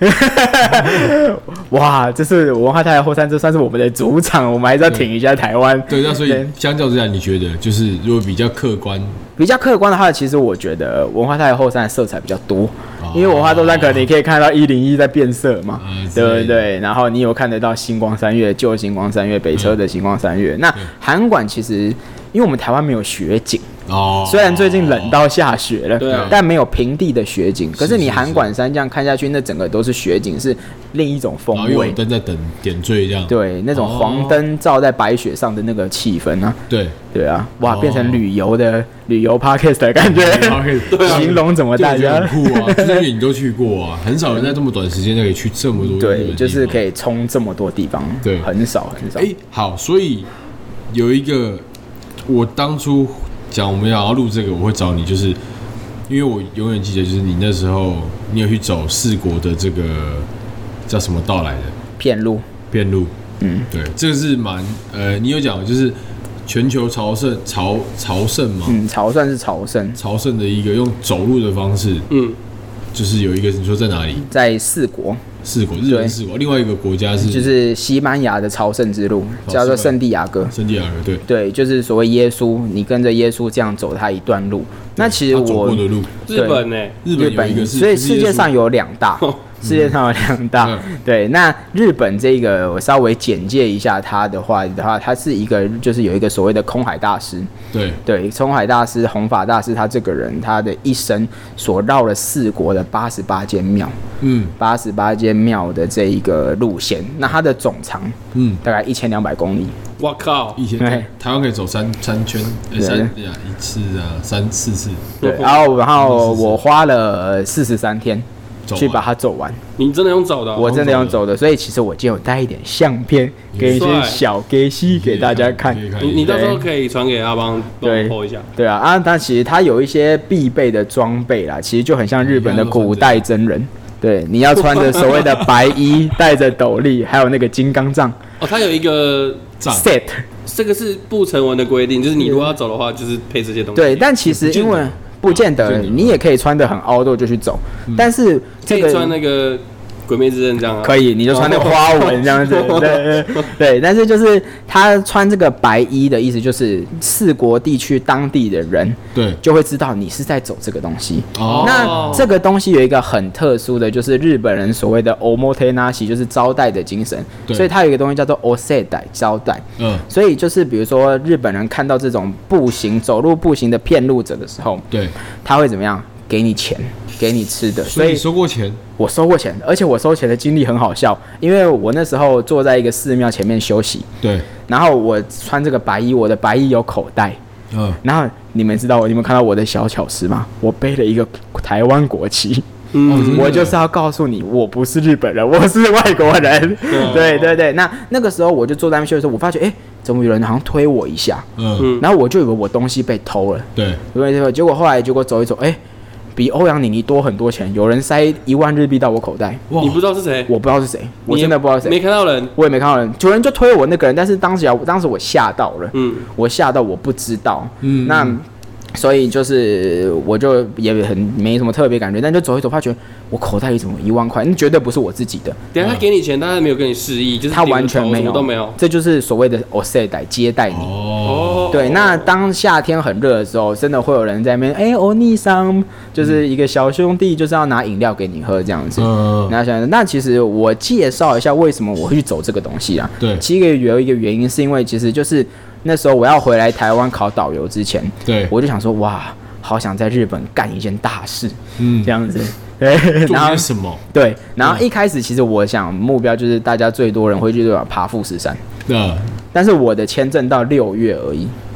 哇，这是文化大学后山，这算是我们的主场，我们还是要挺一下台湾。 对，那所以相较之下，你觉得就是如果比较客观？ 比较客观的话，其实我觉得文化大学后山的色彩比较多，哦、因为文化后山可能你可以看到一零一在变色嘛，嗯、对不对？然后你有看得到星光三月、旧星光三月、北车的星光三月。嗯、那函馆其实，因为我们台湾没有雪景。哦，虽然最近冷到下雪了，对、啊，但没有平地的雪景。可是你函馆山这样看下去，那整个都是雪景，是另一种风味。 有灯在等点缀这样。对， 那种黄灯照在白雪上的那个气氛啊。 对， 对啊，哇，变成旅游的旅游 podcast 的感觉。对啊，形容怎么大家？ 很酷啊，就是因为你都去过啊，很少人在这么短时间内可以去这么多。 对，就是可以冲这么多地方。对，很少很少。 哎，好，所以有一个我当初。讲我们要录这个，我会找你，就是因为我永远记得，就是你那时候你有去走四国的这个叫什么道来的片路， 片路，嗯，对，这个是蛮呃，你有讲就是全球朝圣朝朝圣吗？ 嗯，朝圣是朝圣， 朝圣的一个用走路的方式，嗯，就是有一个你说在哪里？ 在四国。 四国，日本四国，另外一个国家是就是西班牙的朝圣之路，叫做圣地亚哥。 圣地亚哥，对对，就是所谓耶稣，你跟着耶稣这样走他一段路。那其实我走过的路， 日本呢、欸， 日本有一个是， 所以世界上有两大。世界上有两大、嗯，对。那日本这个，我稍微简介一下它的话的话，它是一个，就是有一个所谓的空海大师， 对对，空海大师、弘法大师，他这个人，他的一生所绕了四国的八十八间庙，嗯，八十八间庙的这一个路线，那它的总长，嗯，大概一千两百公里。 我靠， 以前台湾可以走三三圈，欸、三呀一次啊，三四次， 对。然后然后我花了四十三天。去把它走完， 你真的用走的、啊？ 我真的用走的，所以其实我今天有带一点相片，给一些小给西给大家看。 你你到时候可以传给阿邦，对 ，po 一下。 对啊，啊，但其实它有一些必备的装备啦，其实就很像日本的古代真人。对，你要穿着所谓的白衣，戴着斗笠，还有那个金刚杖。 哦，它有一个 set， 这个是不成文的规定，就是你如果要走的话，就是配这些东西。 对，但其实因为。不见得，你也可以穿得很凹豆就去走，嗯、但是这个可以穿那个鬼灭之刃这样啊， 可以，你就穿那个花纹这样子，对对对。但是就是他穿这个白衣的意思，就是四国地区当地的人，对，就会知道你是在走这个东西。哦，那这个东西有一个很特殊的，就是日本人所谓的 omotenashi， 就是招待的精神，所以它有一个东西叫做 osedai 招待。嗯，所以就是比如说日本人看到这种步行走路步行的骗路者的时候，对，他会怎么样？给你钱，给你吃的。 所以你收过钱？ 我收过钱，而且我收钱的经历很好笑，因为我那时候坐在一个寺庙前面休息，对，然后我穿这个白衣，我的白衣有口袋，嗯，然后你们知道，你们看到我的小巧思吗？我背了一个台湾国旗。嗯，我就是要告诉你，我不是日本人，我是外国人。嗯、对对对，那那个时候我就坐在那边休息的时候，我发觉，哎、欸，怎么有人好像推我一下？嗯，然后我就以为我东西被偷了。对，对对，结果后来结果走一走，哎、欸。比欧阳妮妮多很多钱，有人塞一万日币到我口袋。 你不知道是谁？ 我不知道是谁，我真的不知道是谁。 没看到人， 我也没看到人。有人就推我那个人，但是当时当时我吓到了，嗯，我吓到我不知道，嗯，那所以就是我就也很没什么特别感觉，但就走一走，发觉我口袋里怎么一万块？那绝对不是我自己的。 等一下他给你钱，但他没有跟你示意，就是他完全没有都没有。 这就是所谓的 osedai 接待你。哦，对，那当夏天很热的时候，真的会有人在那边，哎、欸，欧尼桑，就是一个小兄弟，就是要拿饮料给你喝这样子。嗯，那想，那其实我介绍一下为什么我会去走这个东西啊？对，其实有一个原因是因为其实就是。那时候我要回来台湾考导游之前，对，我就想说，哇，好想在日本干一件大事，嗯，这样子，对， 然后什么？ 对，然后一开始其实我想目标就是大家最多人会去爬富士山，嗯，但是我的签证到六月而已，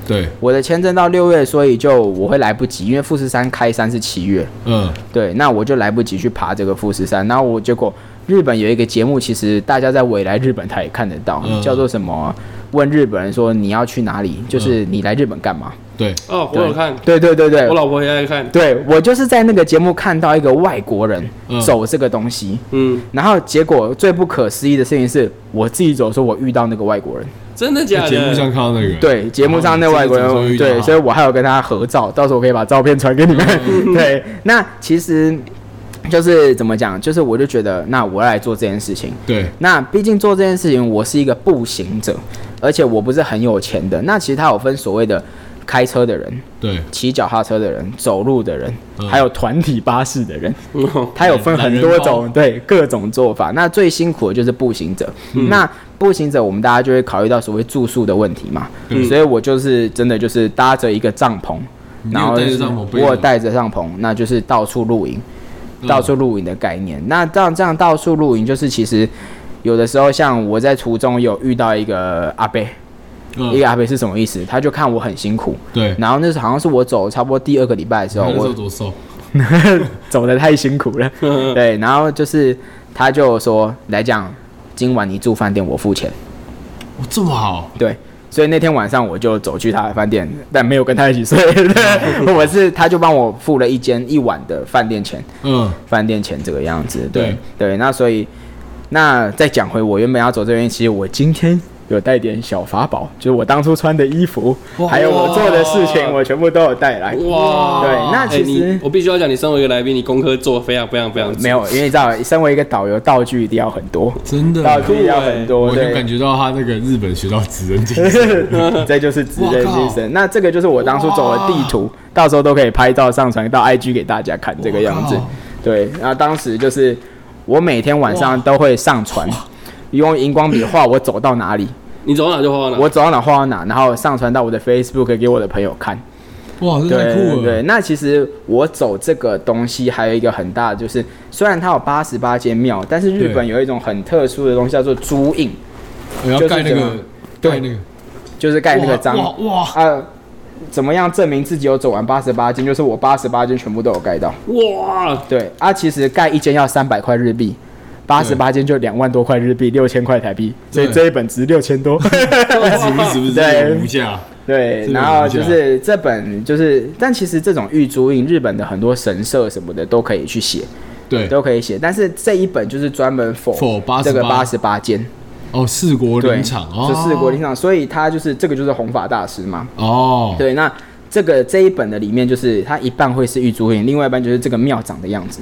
对， 我的签证到六月，所以就我会来不及，因为富士山开山是七月。嗯，对，那我就来不及去爬这个富士山。然后我结果日本有一个节目，其实大家在未来日本台也看得到，嗯、叫做什么？问日本人说你要去哪里？就是你来日本干嘛？ 对， 哦，我有看， 对对对对， 我老婆也爱看。 对，我就是在那个节目看到一个外国人走这个东西，嗯，然后结果最不可思议的事情是我自己走的时候，我遇到那个外国人。 真的假的？ 节目上看到那个， 对，节目上那外国人，对，所以我还有跟他合照，到时候我可以把照片传给你们。嗯、对，那其实就是怎么讲，就是我就觉得，那我要来做这件事情。 对， 那毕竟做这件事情，我是一个步行者，而且我不是很有钱的。那其实它有分所谓的开车的人， 对， 骑脚踏车的人，走路的人，嗯、还有团体巴士的人，嗯、它有分很多种，对，各种做法。那最辛苦的就是步行者。嗯、那步行者，我们大家就会考虑到所谓住宿的问题嘛。嗯、所以我就是真的就是搭着一个帐篷，然后我有带着帐篷，那就是到处露营，嗯、到处露营的概念。那这样这样到处露营，就是其实有的时候像我在途中有遇到一个阿伯。嗯、一个阿伯是什么意思？他就看我很辛苦， 对， 然后那时候好像是我走差不多第二个礼拜的时候， 我多瘦， 走得太辛苦了，对，然后就是他就说来讲，今晚你住饭店我付钱， 哦，这么好， 对，所以那天晚上我就走去他的饭店，但没有跟他一起睡，我是他就帮我付了一间一晚的饭店钱，嗯，饭店钱这个样子，对 对, 对，那所以那再讲回我原本要走这边，其实我今天。有带点小法宝，就是我当初穿的衣服，还有我做的事情，我全部都有带来。哇，对，那其实、 欸、我必须要讲，你身为一个来宾，你功课做非常非常非常没有，因为你知道，身为一个导游，道具一定要很多， 真的， 道具一定要很多， 我就感觉到他那个日本学到职人精神， 这就是职人精神。那这个就是我当初走的地图，到时候都可以拍照上传到 I G 给大家看，这个样子。对，然后当时就是我每天晚上都会上传。用荧光笔画我走到哪里， 你走到哪就画到哪， 我走到哪画到哪，然后上传到我的 Facebook 给我的朋友看。 哇，这太酷了！ 对，对，那其实我走这个东西还有一个很大的，就是虽然它有八十八间庙，但是日本有一种很特殊的东西叫做朱印， 我要盖那个，盖那个， 就是盖那个章。 哇哇！ 呃，怎么样证明自己有走完八十八间？就是我八十八间全部都有盖到。 哇！ 对啊，其实盖一间要三百块日币。八十八间就两万多块日币，六千块台币，所以这一本值六千多， 是不是？对，无价。 对，然后就是这本就是，但其实这种玉珠印，日本的很多神社什么的都可以去写， 对， 都可以写。但是这一本就是专门 for 这个八十八间。 哦，四国林场，哦， 就四国林场，所以他就是这个就是弘法大师嘛。 哦， 对，那这个这一本的里面就是它一半会是玉珠印，另外一半就是这个庙长的样子。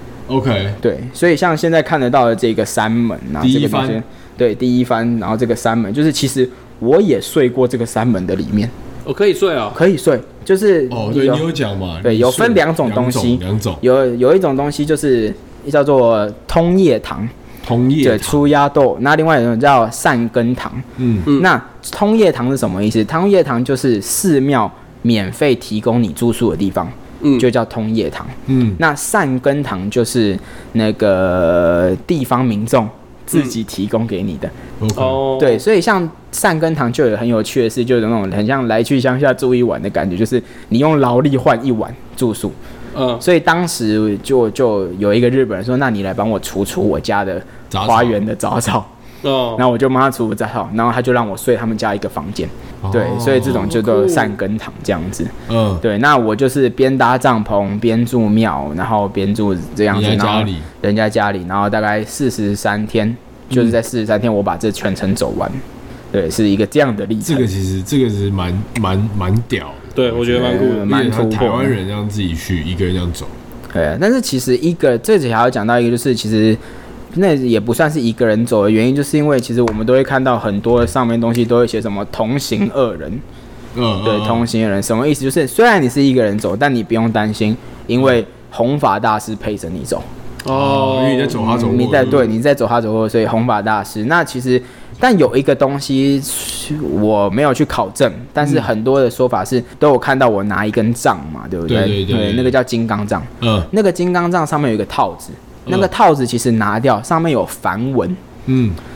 OK， 对，所以像现在看得到的这个山门啊， 第一番， 对，第一番，然后这个山门，就是其实我也睡过这个山门的里面。 我、哦、可以睡啊、哦， 可以睡，就是哦，对你有讲嘛？ 对，有分两种东西， 两种， 有有一种东西就是叫做通叶堂， 通叶对，出鸭豆，那另外一种叫善根堂。嗯嗯，那通叶堂是什么意思？通叶堂就是寺庙免费提供你住宿的地方。嗯，就叫通叶堂。嗯，那善根堂就是那个地方民众自己提供给你的。 哦、 嗯，对，所以像善根堂就有很有趣的事，就有那种很像来去乡下住一晚的感觉，就是你用劳力换一晚住宿。嗯，所以当时就就有一个日本人说：“那你来帮我除除我家的花园的杂草。”哦，然后我就帮他除杂草，然后他就让我睡他们家一个房间。对，所以这种就叫善根堂这样子。嗯，对，那我就是边搭帐篷边住庙，然后边住这样子， 人家家里， 人家家里，然后大概四十三天，就是在四十三天我把这全程走完。对，是一个这样的历程。 这个其实这个是蛮蛮蛮屌的。 对，我觉得蛮酷的， 蛮突破的。 台湾人这样自己去，一个人这样走。 对，但是其实一个这里还要讲到一个，就是其实。那也不算是一个人走的原因，就是因为其实我们都会看到很多上面东西都会写什么同行二人，嗯，对，同行二人什么意思？就是虽然你是一个人走，但你不用担心，因为弘法大师陪着你走。 哦，因为你在走他走过， 你在对，你在走他走过，所以弘法大师。那其实，但有一个东西我没有去考证，但是很多的说法是都有看到我拿一根杖嘛，对不对？ 对对 对, 对，那个叫金刚杖。 嗯， 那个金刚杖上面有一个套子。那个套子其实拿掉，上面有梵文，嗯，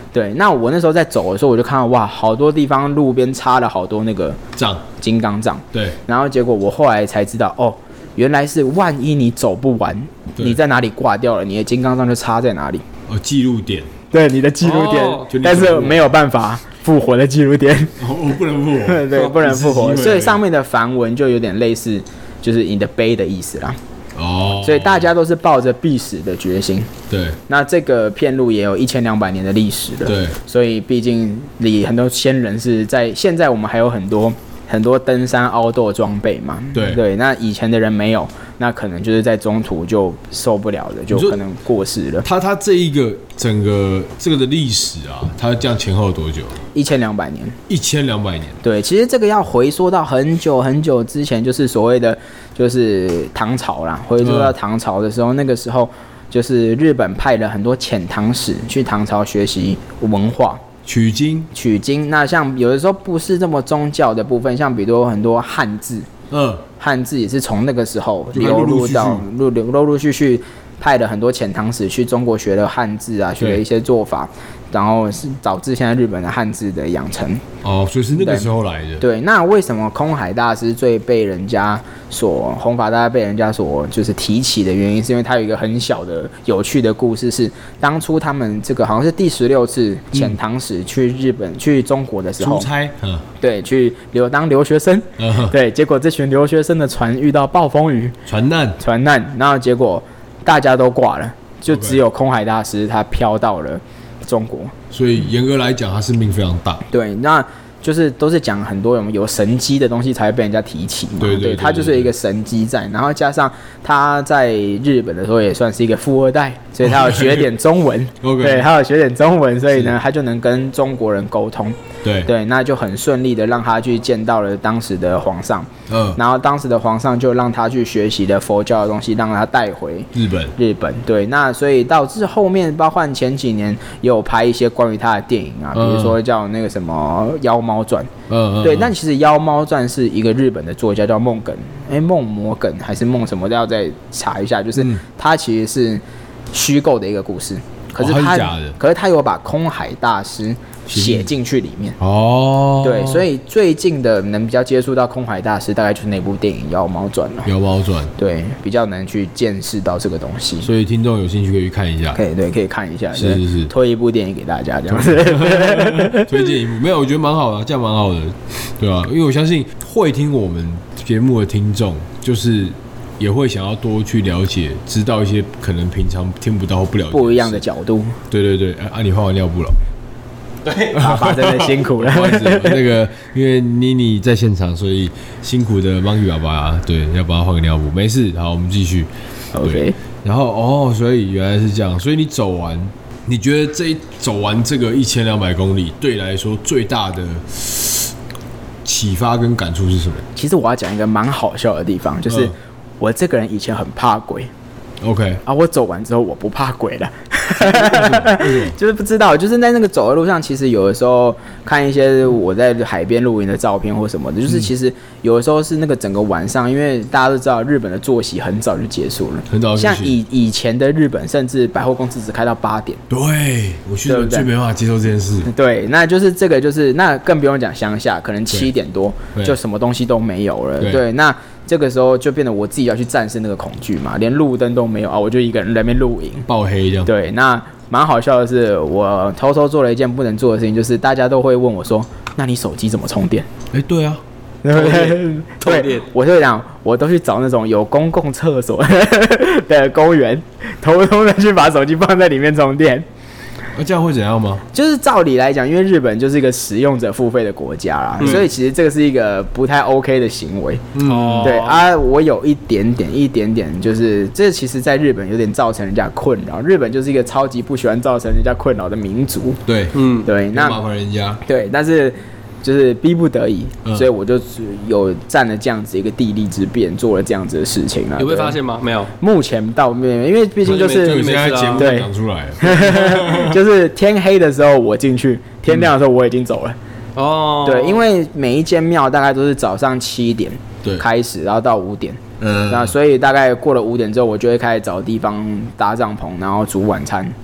对，那我那时候在走的时候，我就看到哇，好多地方路边插了好多那个杖， 金刚杖。 对， 然后结果我后来才知道，哦，原来是万一你走不完，你在哪里挂掉了，你的金刚杖就插在哪里。 哦，记录点。 对，你的记录点，哦、但是没有办法复活的记录点。 哦，我不能复活。 对，不能复活，所以上面的梵文就有点类似，就是你的碑的意思啦。哦，所以大家都是抱着必死的决心。 对， 那这个片路也有一千两百年的历史了。 对， 所以毕竟里很多先人是在现在我们还有很多很多登山凹斗装备嘛。 对对，那以前的人没有，那可能就是在中途就受不了了，就可能过世了。 他他这一个整个这个的历史啊，他这样前后多久？ 一千两百年。 一千两百年。 对，其实这个要回溯到很久很久之前，就是所谓的就是唐朝啦。回溯到唐朝的时候，嗯、那个时候就是日本派了很多遣唐使去唐朝学习文化。 取经， 取经。那像有的时候不是这么宗教的部分，像比如很多汉字，嗯，汉字也是从那个时候流入到陆陆陆陆续续派了很多遣唐使去中国学了汉字啊，学了一些做法，然后是导致现在日本的汉字的养成。 哦，所以是那个时候来的。 对，那为什么空海大师最被人家所弘法大家被人家所就是提起的原因，是因为他有一个很小的有趣的故事，是当初他们这个好像是第十六次遣唐使去日本、嗯、去中国的时候出差，嗯， 对，去留当留学生，嗯，对，结果这群留学生的船遇到暴风雨， 船难， 船难，然后结果大家都挂了，就只有空海大师他飘到了中国。 所以严格来讲，他是命非常大。 对，那就是都是讲很多有有神机的东西才会被人家提起嘛。 对 对, 对, 对, 对, 对， 他就是一个神机在，然后加上他在日本的时候也算是一个富二代，所以他有学点中文。 okay. 对，他有学点中文，所以呢，他就能跟中国人沟通。 对对，那就很顺利的让他去见到了当时的皇上。嗯，然后当时的皇上就让他去学习的佛教的东西，让他带回日本。 日本，对，那所以导致后面，包括前几年也有拍一些关于他的电影啊，比如说叫那个什么《妖猫传》。嗯，对，但其实《妖猫传》是一个日本的作家叫孟耿，哎，孟摩耿还是孟什么的，要再查一下。就是他其实是虚构的一个故事，可是他， 哦、他是假的， 可是他有把空海大师写进去里面。 哦， 对，所以最近的能比较接触到空海大师，大概就是那部电影《妖猫传》了。 妖猫传， 对，比较能去见识到这个东西。 所以听众有兴趣可以去看一下。 可以，对，可以看一下。 是是是， 推一部电影给大家这样子。 推荐一部，没有，我觉得蛮好的，这样蛮好的，对吧、啊？因为我相信会听我们节目的听众，就是也会想要多去了解，知道一些可能平常听不到或不了解不一样的角度。 对对对，啊，你换完尿布了。 对，爸爸真的辛苦了。 不好意思，那个因为妮妮在现场，所以辛苦的 Monkey 爸爸，对，要帮他换个尿布。没事，好，我们继续。 OK。 然后哦，所以原来是这样，所以你走完，你觉得这一走完这个一千两百公里，对你来说最大的启发跟感触是什么？ 其实我要讲一个蛮好笑的地方，就是、嗯、我这个人以前很怕鬼。 OK 啊，我走完之后我不怕鬼了。就是不知道，就是在那个走的路上，其实有的时候看一些我在海边露营的照片或什么的，就是其实有的时候是那个整个晚上，因为大家都知道日本的作息很早就结束了， 很早。 像以以前的日本，甚至百货公司只开到八点。 对，我去日本最没办法接受这件事。 对，那就是这个，就是那更不用讲乡下，可能七点多就什么东西都没有了。对，对那。这个时候就变得我自己要去战胜那个恐惧嘛，连路灯都没有啊，我就一个人在那边露营， 爆黑这样。 对，那蛮好笑的是，我偷偷做了一件不能做的事情，就是大家都会问我说：“那你手机怎么充电？” 哎，对啊， 对对，我就讲，我都去找那种有公共厕所的公园，偷偷的去把手机放在里面充电。 那、啊、这样会怎样吗？ 就是照理来讲，因为日本就是一个使用者付费的国家啦，嗯、所以其实这个是一个不太 OK 的行为。嗯，对啊，我有一点点、一点点，就是这其实在日本有点造成人家困扰。日本就是一个超级不喜欢造成人家困扰的民族。 对， 嗯，对，那麻烦人家。 对，但是。就是逼不得已，嗯、所以我就有占了这样子一个地利之便，做了这样子的事情了。 有被发现吗？没有。 目前到没有，因为毕竟就是就现在节目讲出来了，就是天黑的时候我进去，天亮的时候我已经走了。哦、嗯，对，因为每一间庙大概都是早上七点开始，然后到五点。嗯，那所以大概过了五点之后，我就会开始找地方搭帐篷，然后煮晚餐。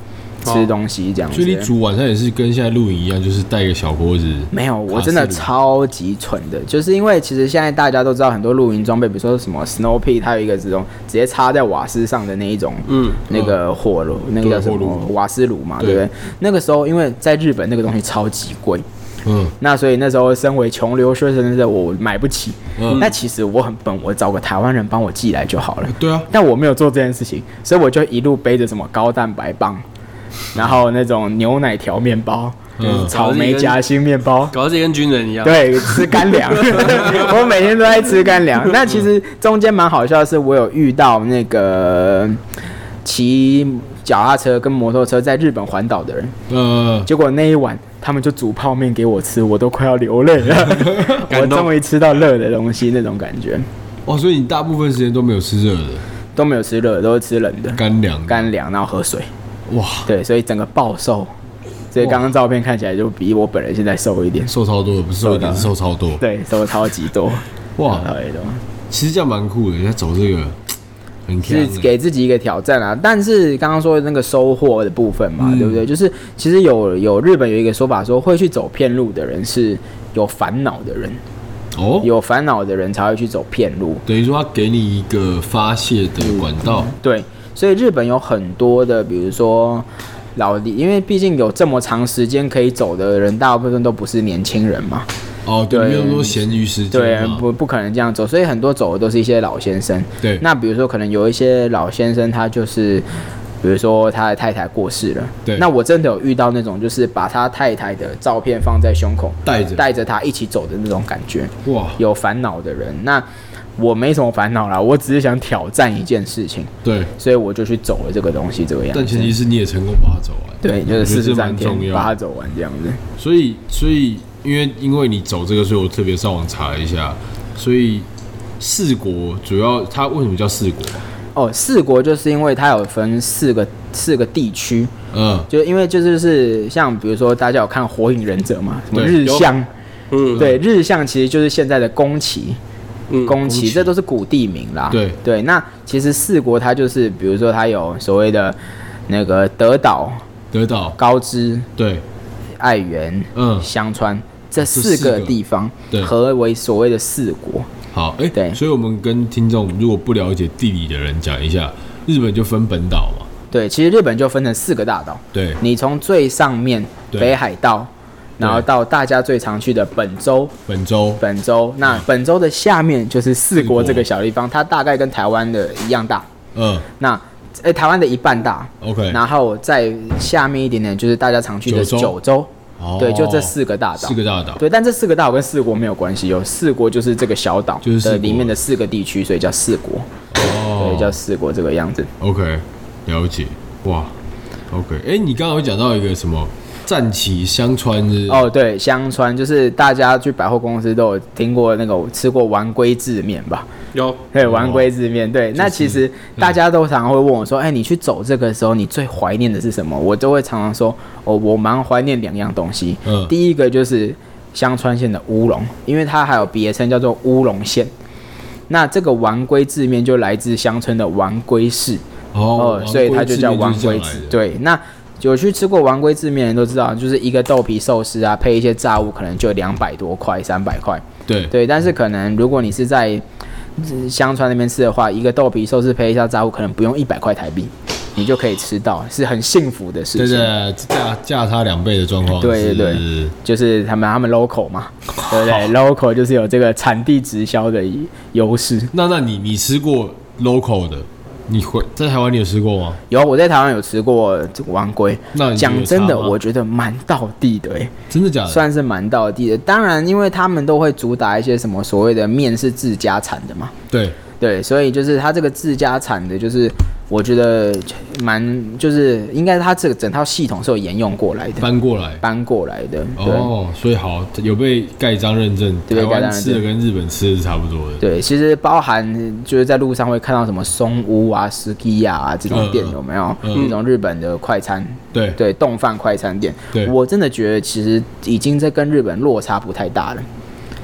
吃东西这样子。 所以你煮晚餐也是跟现在露营一样，就是带一个小锅子？ 没有，我真的超级蠢的，就是因为其实现在大家都知道很多露营装备，比如说什么 Snow Peak， 它有一个这种直接插在瓦斯上的那一种，嗯，那个火炉，那个叫什么瓦斯炉嘛，对不对？那个时候因为在日本那个东西超级贵。嗯，那所以那时候身为穷留学生的我买不起。嗯，那其实我很笨，我找个台湾人帮我寄来就好了。 对啊， 但我没有做这件事情，所以我就一路背着什么高蛋白棒，然后那种牛奶条面包。嗯，草莓夹心面包， 搞得自己跟军人一样。 对，吃干粮，我每天都在吃干粮。那其实中间蛮好笑的是，我有遇到那个骑脚踏车跟摩托车在日本环岛的人，嗯，结果那一晚他们就煮泡面给我吃，我都快要流泪了。我终于吃到热的东西，那种感觉。 哦，所以你大部分时间都没有吃热的， 都没有吃热的，都是吃冷的， 干粮， 干粮，然后喝水。 哇， 对，所以整个暴瘦。所以刚刚照片看起来就比我本人现在瘦一点， 瘦超多，不是瘦一点，是瘦超多。 对，瘦的超级多。哇， 其实这样蛮酷的，在走这个很是给自己一个挑战啊。但是刚刚说的那个收获的部分嘛，嗯、对不对？就是其实有有日本有一个说法说，会去走偏路的人是有烦恼的人。哦，有烦恼的人才会去走偏路， 等于说他给你一个发泄的管道。 嗯、对，所以日本有很多的，比如说。老弟，因为毕竟有这么长时间可以走的人，大部分都不是年轻人嘛。 哦，对，没有说闲余时间。 对，不不可能这样走，所以很多走的都是一些老先生。 对， 那比如说可能有一些老先生，他就是，比如说他的太太过世了。 对， 那我真的有遇到那种，就是把他太太的照片放在胸口， 带着带着他一起走的那种感觉。 哇， 有烦恼的人那。我没什么烦恼啦，我只是想挑战一件事情， 对， 所以我就去走了这个东西，这个样子。 但前提是你也成功把它走完， 对，就是四十三天把它走完这样子。 所以，所以因为因为你走这个，所以我特别上网查了一下，所以四国主要它为什么叫四国？ 哦，四国就是因为它有分四个四个地区，嗯，就因为就是是像比如说大家有看《火影忍者》嘛，什么日向，嗯，对，日向其实就是现在的宫崎。宫崎，这都是古地名啦。 对对，那其实四国它就是，比如说它有所谓的那个德岛、 德岛、 高知、 对、 爱媛、嗯、香川这四个地方合为所谓的四国。 好，哎、欸，对，所以我们跟听众如果不了解地理的人讲一下，日本就分本岛嘛。 对，其实日本就分成四个大岛。 对， 你从最上面北海道。然后到大家最常去的本州， 本州， 本州，那本州的下面就是四国这个小地方，它大概跟台湾的一样大，嗯，那呃台湾的一半大 ，OK， 然后再下面一点点就是大家常去的九州，哦，对，就这四个大岛， 四个大岛， 对，但这四个大岛跟四国没有关系，有四国就是这个小岛的里面的四个地区，所以叫四国，哦，对，叫四国这个样子 ，OK， 了解，哇 ，OK， 哎，你刚刚有讲到一个什么？战旗香川是哦，对，香川就是大家去百货公司都有听过那个吃过丸龟制面吧？ 有， 对，丸龟制面，对。那其实大家都常常会问我说：“哎、欸，你去走这个的时候，你最怀念的是什么？”我都会常常说：“哦，我蛮怀念两样东西。嗯，第一个就是香川县的乌龙，因为它还有别称叫做乌龙县。那这个丸龟制面就来自香川的丸龟市哦，所以它就叫丸龟制。对，那。有去吃过丸龟制面的人都知道，就是一个豆皮寿司啊，配一些炸物，可能就两百多块、三百块。 对对，但是可能如果你是在香川那边吃的话，一个豆皮寿司配一下炸物，可能不用一百块台币，你就可以吃到，是很幸福的事情。 对对，价价差两倍的状况。 对对对，就是他们他们 local 嘛，对不对 ？local 就是有这个产地直销的优势。 那那你你吃过 local 的？你回在台湾你有吃过吗？ 有，我在台湾有吃过这个丸龟。 那讲真的，我觉得蛮道地的、欸， 真的假的？ 算是蛮道地的。当然，因为他们都会主打一些什么所谓的面是自家产的嘛。 对对，所以就是它这个自家产的，就是我觉得蛮就是应该它这个整套系统是有沿用过来的， 搬过来搬过来的。 哦，所以好有被盖章认证，台湾吃的跟日本吃的是差不多的。 对，其实包含就是在路上会看到什么松屋啊、斯基亚啊这种店，有没有？那、嗯、种日本的快餐， 对对，冻饭快餐店。 对， 我真的觉得其实已经在跟日本落差不太大了。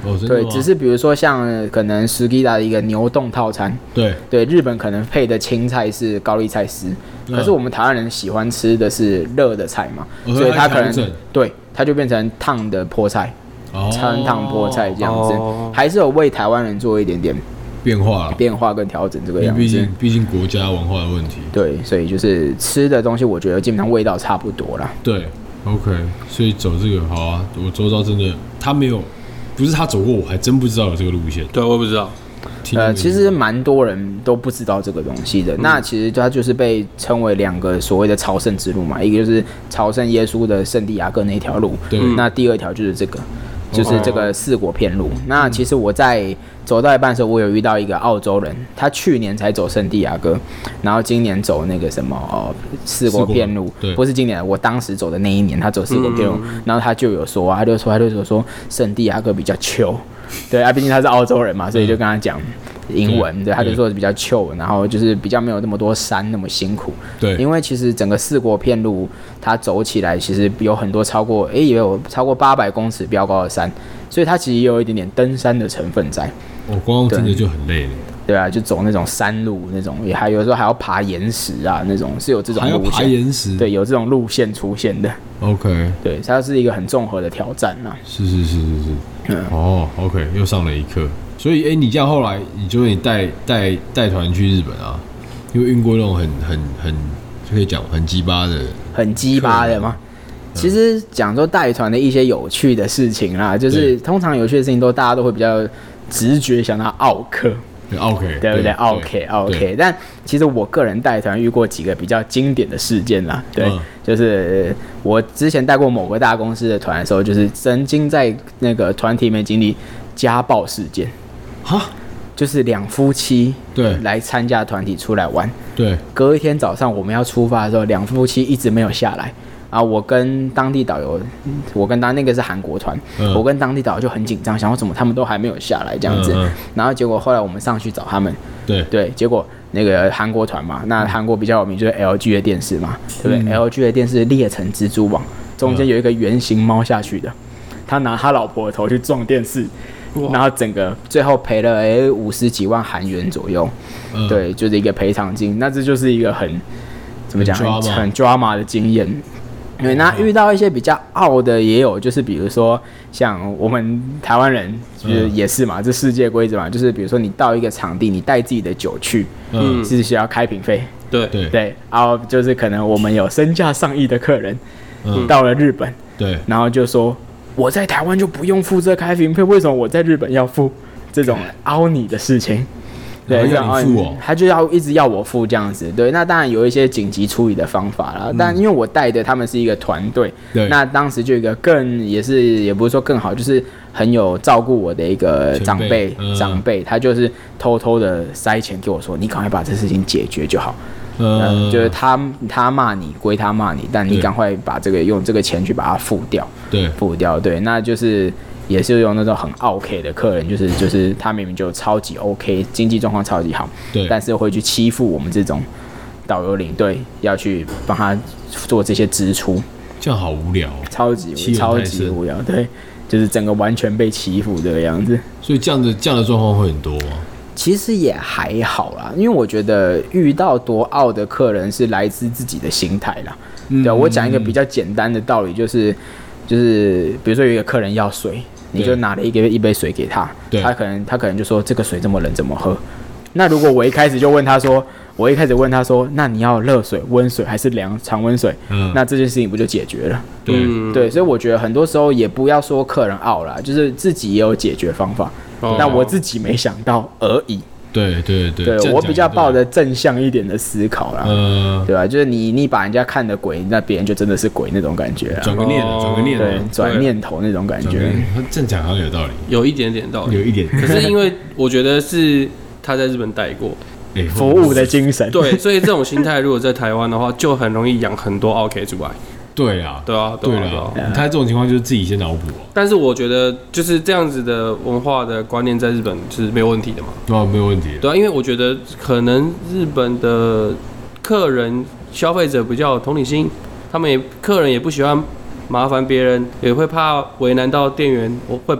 哦，真的吗？ 对，只是比如说像可能斯基达的一个牛冻套餐， 对对，日本可能配的青菜是高丽菜丝，嗯、可是我们台湾人喜欢吃的是热的菜嘛，哦、所以它可能对它就变成烫的菠菜，餐烫菠菜这样子，哦、还是有为台湾人做一点点。 变化了， 变化跟调整这个样子， 毕竟毕竟国家文化的问题。 对，所以就是吃的东西，我觉得基本上味道差不多啦。 对 ，OK， 所以走这个好啊。我周遭真的他没有，不是他走过，我还真不知道有这个路线。 对，我也不知道。 呃，其实蛮多人都不知道这个东西的。嗯、那其实它就是被称为两个所谓的朝圣之路嘛，一个就是朝圣耶稣的圣地亚哥那条路，对，那第二条就是这个。就是这个四国遍路。那其实我在走到一半的时候，我有遇到一个澳洲人，他去年才走圣地亚哥，然后今年走那个什么哦四国遍路，不是今年，我当时走的那一年他走四国遍路，嗯、然后他就有说啊，他就说他就说说圣地亚哥比较 chill， 对啊，毕竟他是澳洲人嘛，所以就跟他讲。英文 对, 对，他就说比较 chill， 然后就是比较没有那么多山那么辛苦。对，因为其实整个四国遍路，它走起来其实有很多超过，哎、欸，也有超过八百公尺标高的山，所以它其实也有一点点登山的成分在。 我、哦、光听着就很累了。 对啊，就走那种山路那种，也还有时候还要爬岩石啊，那种是有这种路线。 还要爬岩石？ 对，有这种路线出现的。 OK。 对，它是一个很综合的挑战啦。 是是是是是。嗯、哦 ，OK， 又上了一课。所以，哎、欸，你这样后来，你就你带带带团去日本啊？因为遇过那种很很很可以讲很鸡巴的， 很鸡巴的吗？嗯、其实讲说带团的一些有趣的事情啦，就是通常有趣的事情都大家都会比较直觉想到奥客。 OK， 对不对 ？OK OK， 但其实我个人带团遇过几个比较经典的事件啦。对，嗯、就是我之前带过某个大公司的团的时候，就是曾经在那个团体里面经历家暴事件。哈，就是两夫妻对来参加团体出来玩，对，隔一天早上我们要出发的时候，两夫妻一直没有下来。啊，我跟当地导游，我跟当那个是韩国团，嗯、我跟当地导游就很紧张，想说怎么他们都还没有下来这样子。嗯嗯、然后结果后来我们上去找他们，对对，结果那个韩国团嘛，那韩国比较有名就是 L G 的电视嘛，对不对、嗯、？L G 的电视裂成蜘蛛网，中间有一个圆形猫下去的，他拿他老婆的头去撞电视。然后整个最后赔了哎五十几万韩元左右，嗯、对，就是一个赔偿金。那这就是一个很怎么讲很很 drama 的经验。对，那遇到一些比较傲的也有，就是比如说像我们台湾人就是也是嘛，嗯、这世界规则嘛，就是比如说你到一个场地，你带自己的酒去，嗯，是需要开瓶费。对对对，然后就是可能我们有身价上亿的客人，嗯、到了日本，对，然后就说。我在台湾就不用付这开瓶费，为什么我在日本要付这种凹你的事情？对，这样付哦，他就要一直要我付这样子。对，那当然有一些紧急处理的方法啦。嗯、但因为我带的他们是一个团队，对，那当时就有一个更也是也不是说更好，就是很有照顾我的一个长辈，嗯、长辈他就是偷偷的塞钱给我说，你赶快把这事情解决就好。嗯，就是他他骂你归他骂你，但你赶快把这个用这个钱去把它付掉，对，付掉，对，那就是也是用那种很 OK 的客人，就是就是他明明就超级 OK， 经济状况超级好，对，但是会去欺负我们这种导游领队，要去帮他做这些支出， 这样好无聊， 超级超级无聊，对，就是整个完全被欺负这个样子， 所以这样的这样的状况会很多吗？ 其实也还好啦，因为我觉得遇到多傲的客人是来自自己的心态啦。嗯、对，我讲一个比较简单的道理，就是就是比如说有一个客人要水，你就拿了一个一杯水给他，他可能他可能就说这个水这么冷怎么喝？那如果我一开始就问他说，我一开始问他说，那你要热水、温水还是凉常温水？嗯，那这件事情不就解决了？对、嗯、对，所以我觉得很多时候也不要说客人傲啦，就是自己也有解决方法。那我自己没想到而已。 对对对， 对我比较抱着正向一点的思考啦，嗯，对吧？就是你你把人家看的鬼，那别人就真的是鬼那种感觉啊， 转个念，转个念， 对，转念头那种感觉。 正讲好像有道理， 有一点点道理， 有一点。 可是因为我觉得是他在日本待过， 欸、服务的精神， 对，所以这种心态如果在台湾的话，就很容易养很多 OK 出来。 对啊， 对啊， 对啊，他这种情况就是自己先脑补。 但是我觉得就是这样子的文化的观念在日本是没有问题的嘛。 对啊，没有问题。 对啊，因为我觉得可能日本的客人、消费者比较有同理心，他们也客人也不喜欢麻烦别人，也会怕为难到店员，我会吧？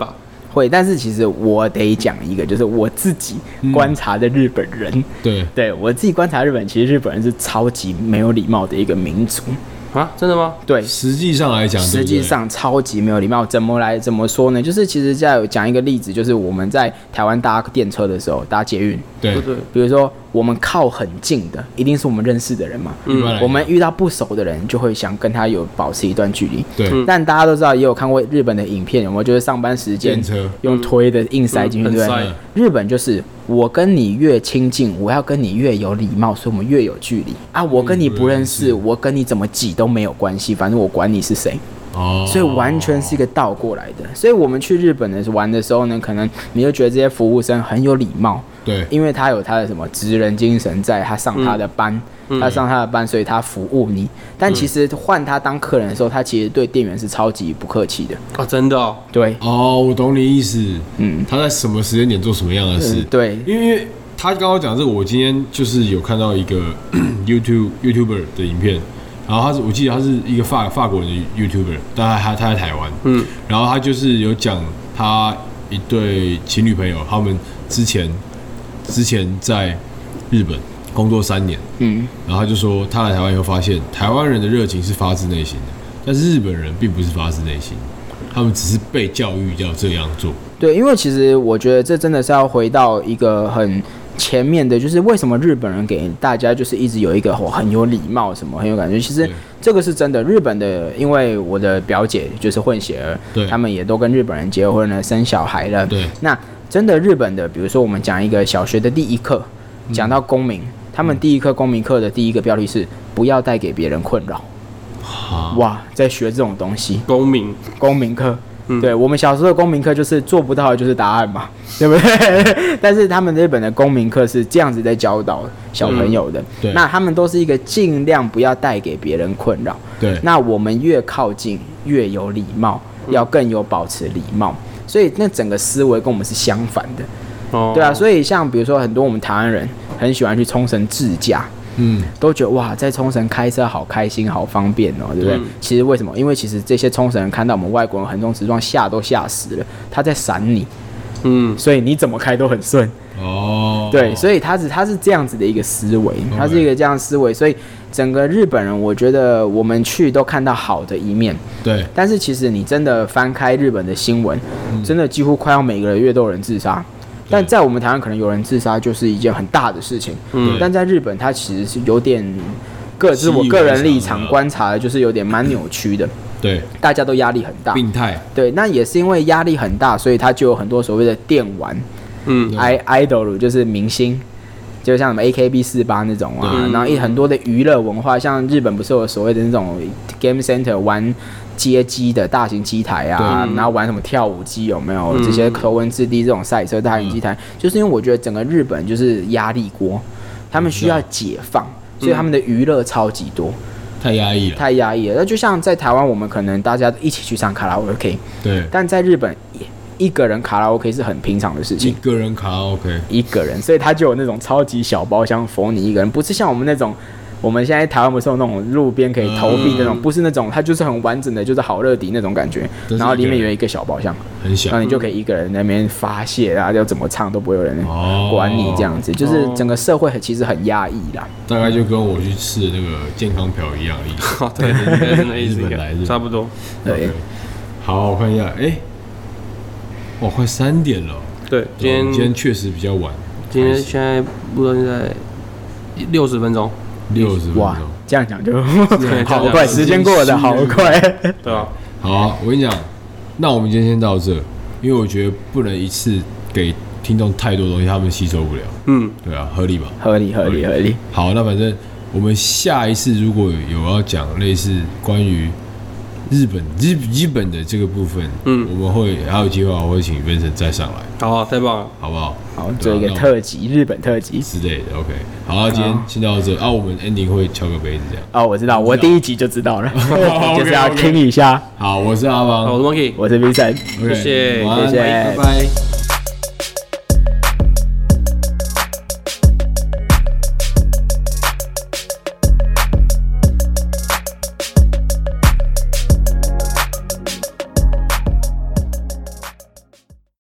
会，但是其实我得讲一个，就是我自己观察的日本人，嗯、 对， 对我自己观察日本，其实日本人是超级没有礼貌的一个民族。 啊，真的吗？ 对， 实际上来讲， 实际上超级没有礼貌。怎么来怎么说呢？就是其实再有讲一个例子，就是我们在台湾搭电车的时候，搭捷运， 对对， 比如说我们靠很近的，一定是我们认识的人嘛。嗯，我们遇到不熟的人，就会想跟他有保持一段距离。 对， 嗯、但大家都知道，也有看过日本的影片，有没有？就是上班时间用推的硬塞进去，对不对？日本就是我跟你越亲近，我要跟你越有礼貌，所以我们越有距离啊。我跟你不认识，我跟你怎么挤都没有关系，反正我管你是谁。哦，所以完全是一个倒过来的。所以我们去日本的玩的时候呢，可能你就觉得这些服务生很有礼貌， 对， 因为他有他的什么职人精神在，他上他的班，嗯、他上他的班，所以他服务你。但其实换他当客人的时候，他其实对店员是超级不客气的啊，真的哦。 对， 哦，我懂你意思。嗯，他在什么时间点做什么样的事？嗯、 对， 因为因为他刚刚讲这个，我今天就是有看到一个 YouTube YouTuber 的影片。然后他是，我记得他是一个法法国人的 YouTuber， 但他他他在台湾，嗯，然后他就是有讲他一对情侣朋友，他们之前之前在日本工作三年，嗯，然后他就说他来台湾以后发现，台湾人的热情是发自内心的，但是日本人并不是发自内心，他们只是被教育要这样做。 对，因为其实我觉得这真的是要回到一个很前面的，就是为什么日本人给大家就是一直有一个、哦、很有礼貌，什么很有感觉。其实这个是真的，日本的，因为我的表姐就是混血儿，他们也都跟日本人结婚了，生小孩了。对，那真的日本的，比如说我们讲一个小学的第一课，讲到公民，嗯、他们第一课公民课的第一个标题是不要带给别人困扰。哇，在学这种东西， 公民公民课。嗯、对，我们小时候的公民课就是做不到的就是答案嘛，对不对？但是他们日本的公民课是这样子在教导小朋友的，嗯、对，那他们都是一个尽量不要带给别人困扰。对，那我们越靠近越有礼貌，要更有保持礼貌，所以那整个思维跟我们是相反的。哦，对啊，所以像比如说很多我们台湾人很喜欢去冲绳自驾。嗯，都觉得哇，在冲绳开车好开心，好方便哦，对不对？嗯、其实为什么？因为其实这些冲绳人看到我们外国人横冲直撞，吓都吓死了，他在闪你，嗯，所以你怎么开都很顺哦。对，所以他是他是这样子的一个思维，他是一个这样的思维，所以整个日本人，我觉得我们去都看到好的一面，对。但是其实你真的翻开日本的新闻，嗯、真的几乎快要每个月都有人自杀。但在我们台湾可能有人自杀就是一件很大的事情，嗯，但在日本它其实是有点，个是我个人立场观察的，就是有点蛮扭曲的，对，大家都压力很大， 病态， 对，那也是因为压力很大，所以它就有很多所谓的电玩，嗯 ，idol 就是明星，就像什么 A K B 四十八那种啊，嗯、然后很多的娱乐文化，像日本不是有所谓的那种 game center 玩。街机的大型机台啊，然后玩什么跳舞机有没有、嗯、这些头文字 D 这种赛车大型机台、嗯，就是因为我觉得整个日本就是压力锅，他们需要解放，嗯、所以他们的娱乐超级多， 太压抑了， 太压抑了。那就像在台湾，我们可能大家一起去唱卡拉 OK， 对，但在日本一个人卡拉 OK 是很平常的事情， 一个人卡拉 OK， 一个人，所以他就有那种超级小包厢，否你一个人，不是像我们那种。我们现在台湾不是有那种路边可以投币那种，嗯、不是那种，它就是很完整的，就是好乐迪那种感觉。然后里面有一个小包厢，很小，然后你就可以一个人在那边发泄啊，要怎么唱都不会有人管你这样子。哦、就是整个社会其实很压抑啦。 大概就跟我去吃的那个健康票一样的意思。 对对对，真的意思，差不多。对， 好，我看一下，哎、欸，哇，快三点了。 对，今天今天确实比较晚。 今天现在不知道现在六十分钟。 六十分钟， 这样讲就好快，时间过得好快。 对啊， 好啊，我跟你讲，那我们今天先到这，因为我觉得不能一次给听众太多东西，他们吸收不了。嗯，对啊，合理吧？ 合理，合理，合理。 好，那反正我们下一次如果有要讲类似关于日本日日本的这个部分，嗯，我们会还有计划，我会请 Vincent 再上来。 好啊，太棒了， 好不好？ 好，做一个特辑，日本特辑之类的。OK， 好啊，今天先到这啊，我们 ending 会敲个杯子这样。 哦，我知道，我第一集就知道了，就是要听一下。 好，我是阿邦， 我是 Monkey， 我是 Vincent， 谢谢， 谢谢， 拜拜。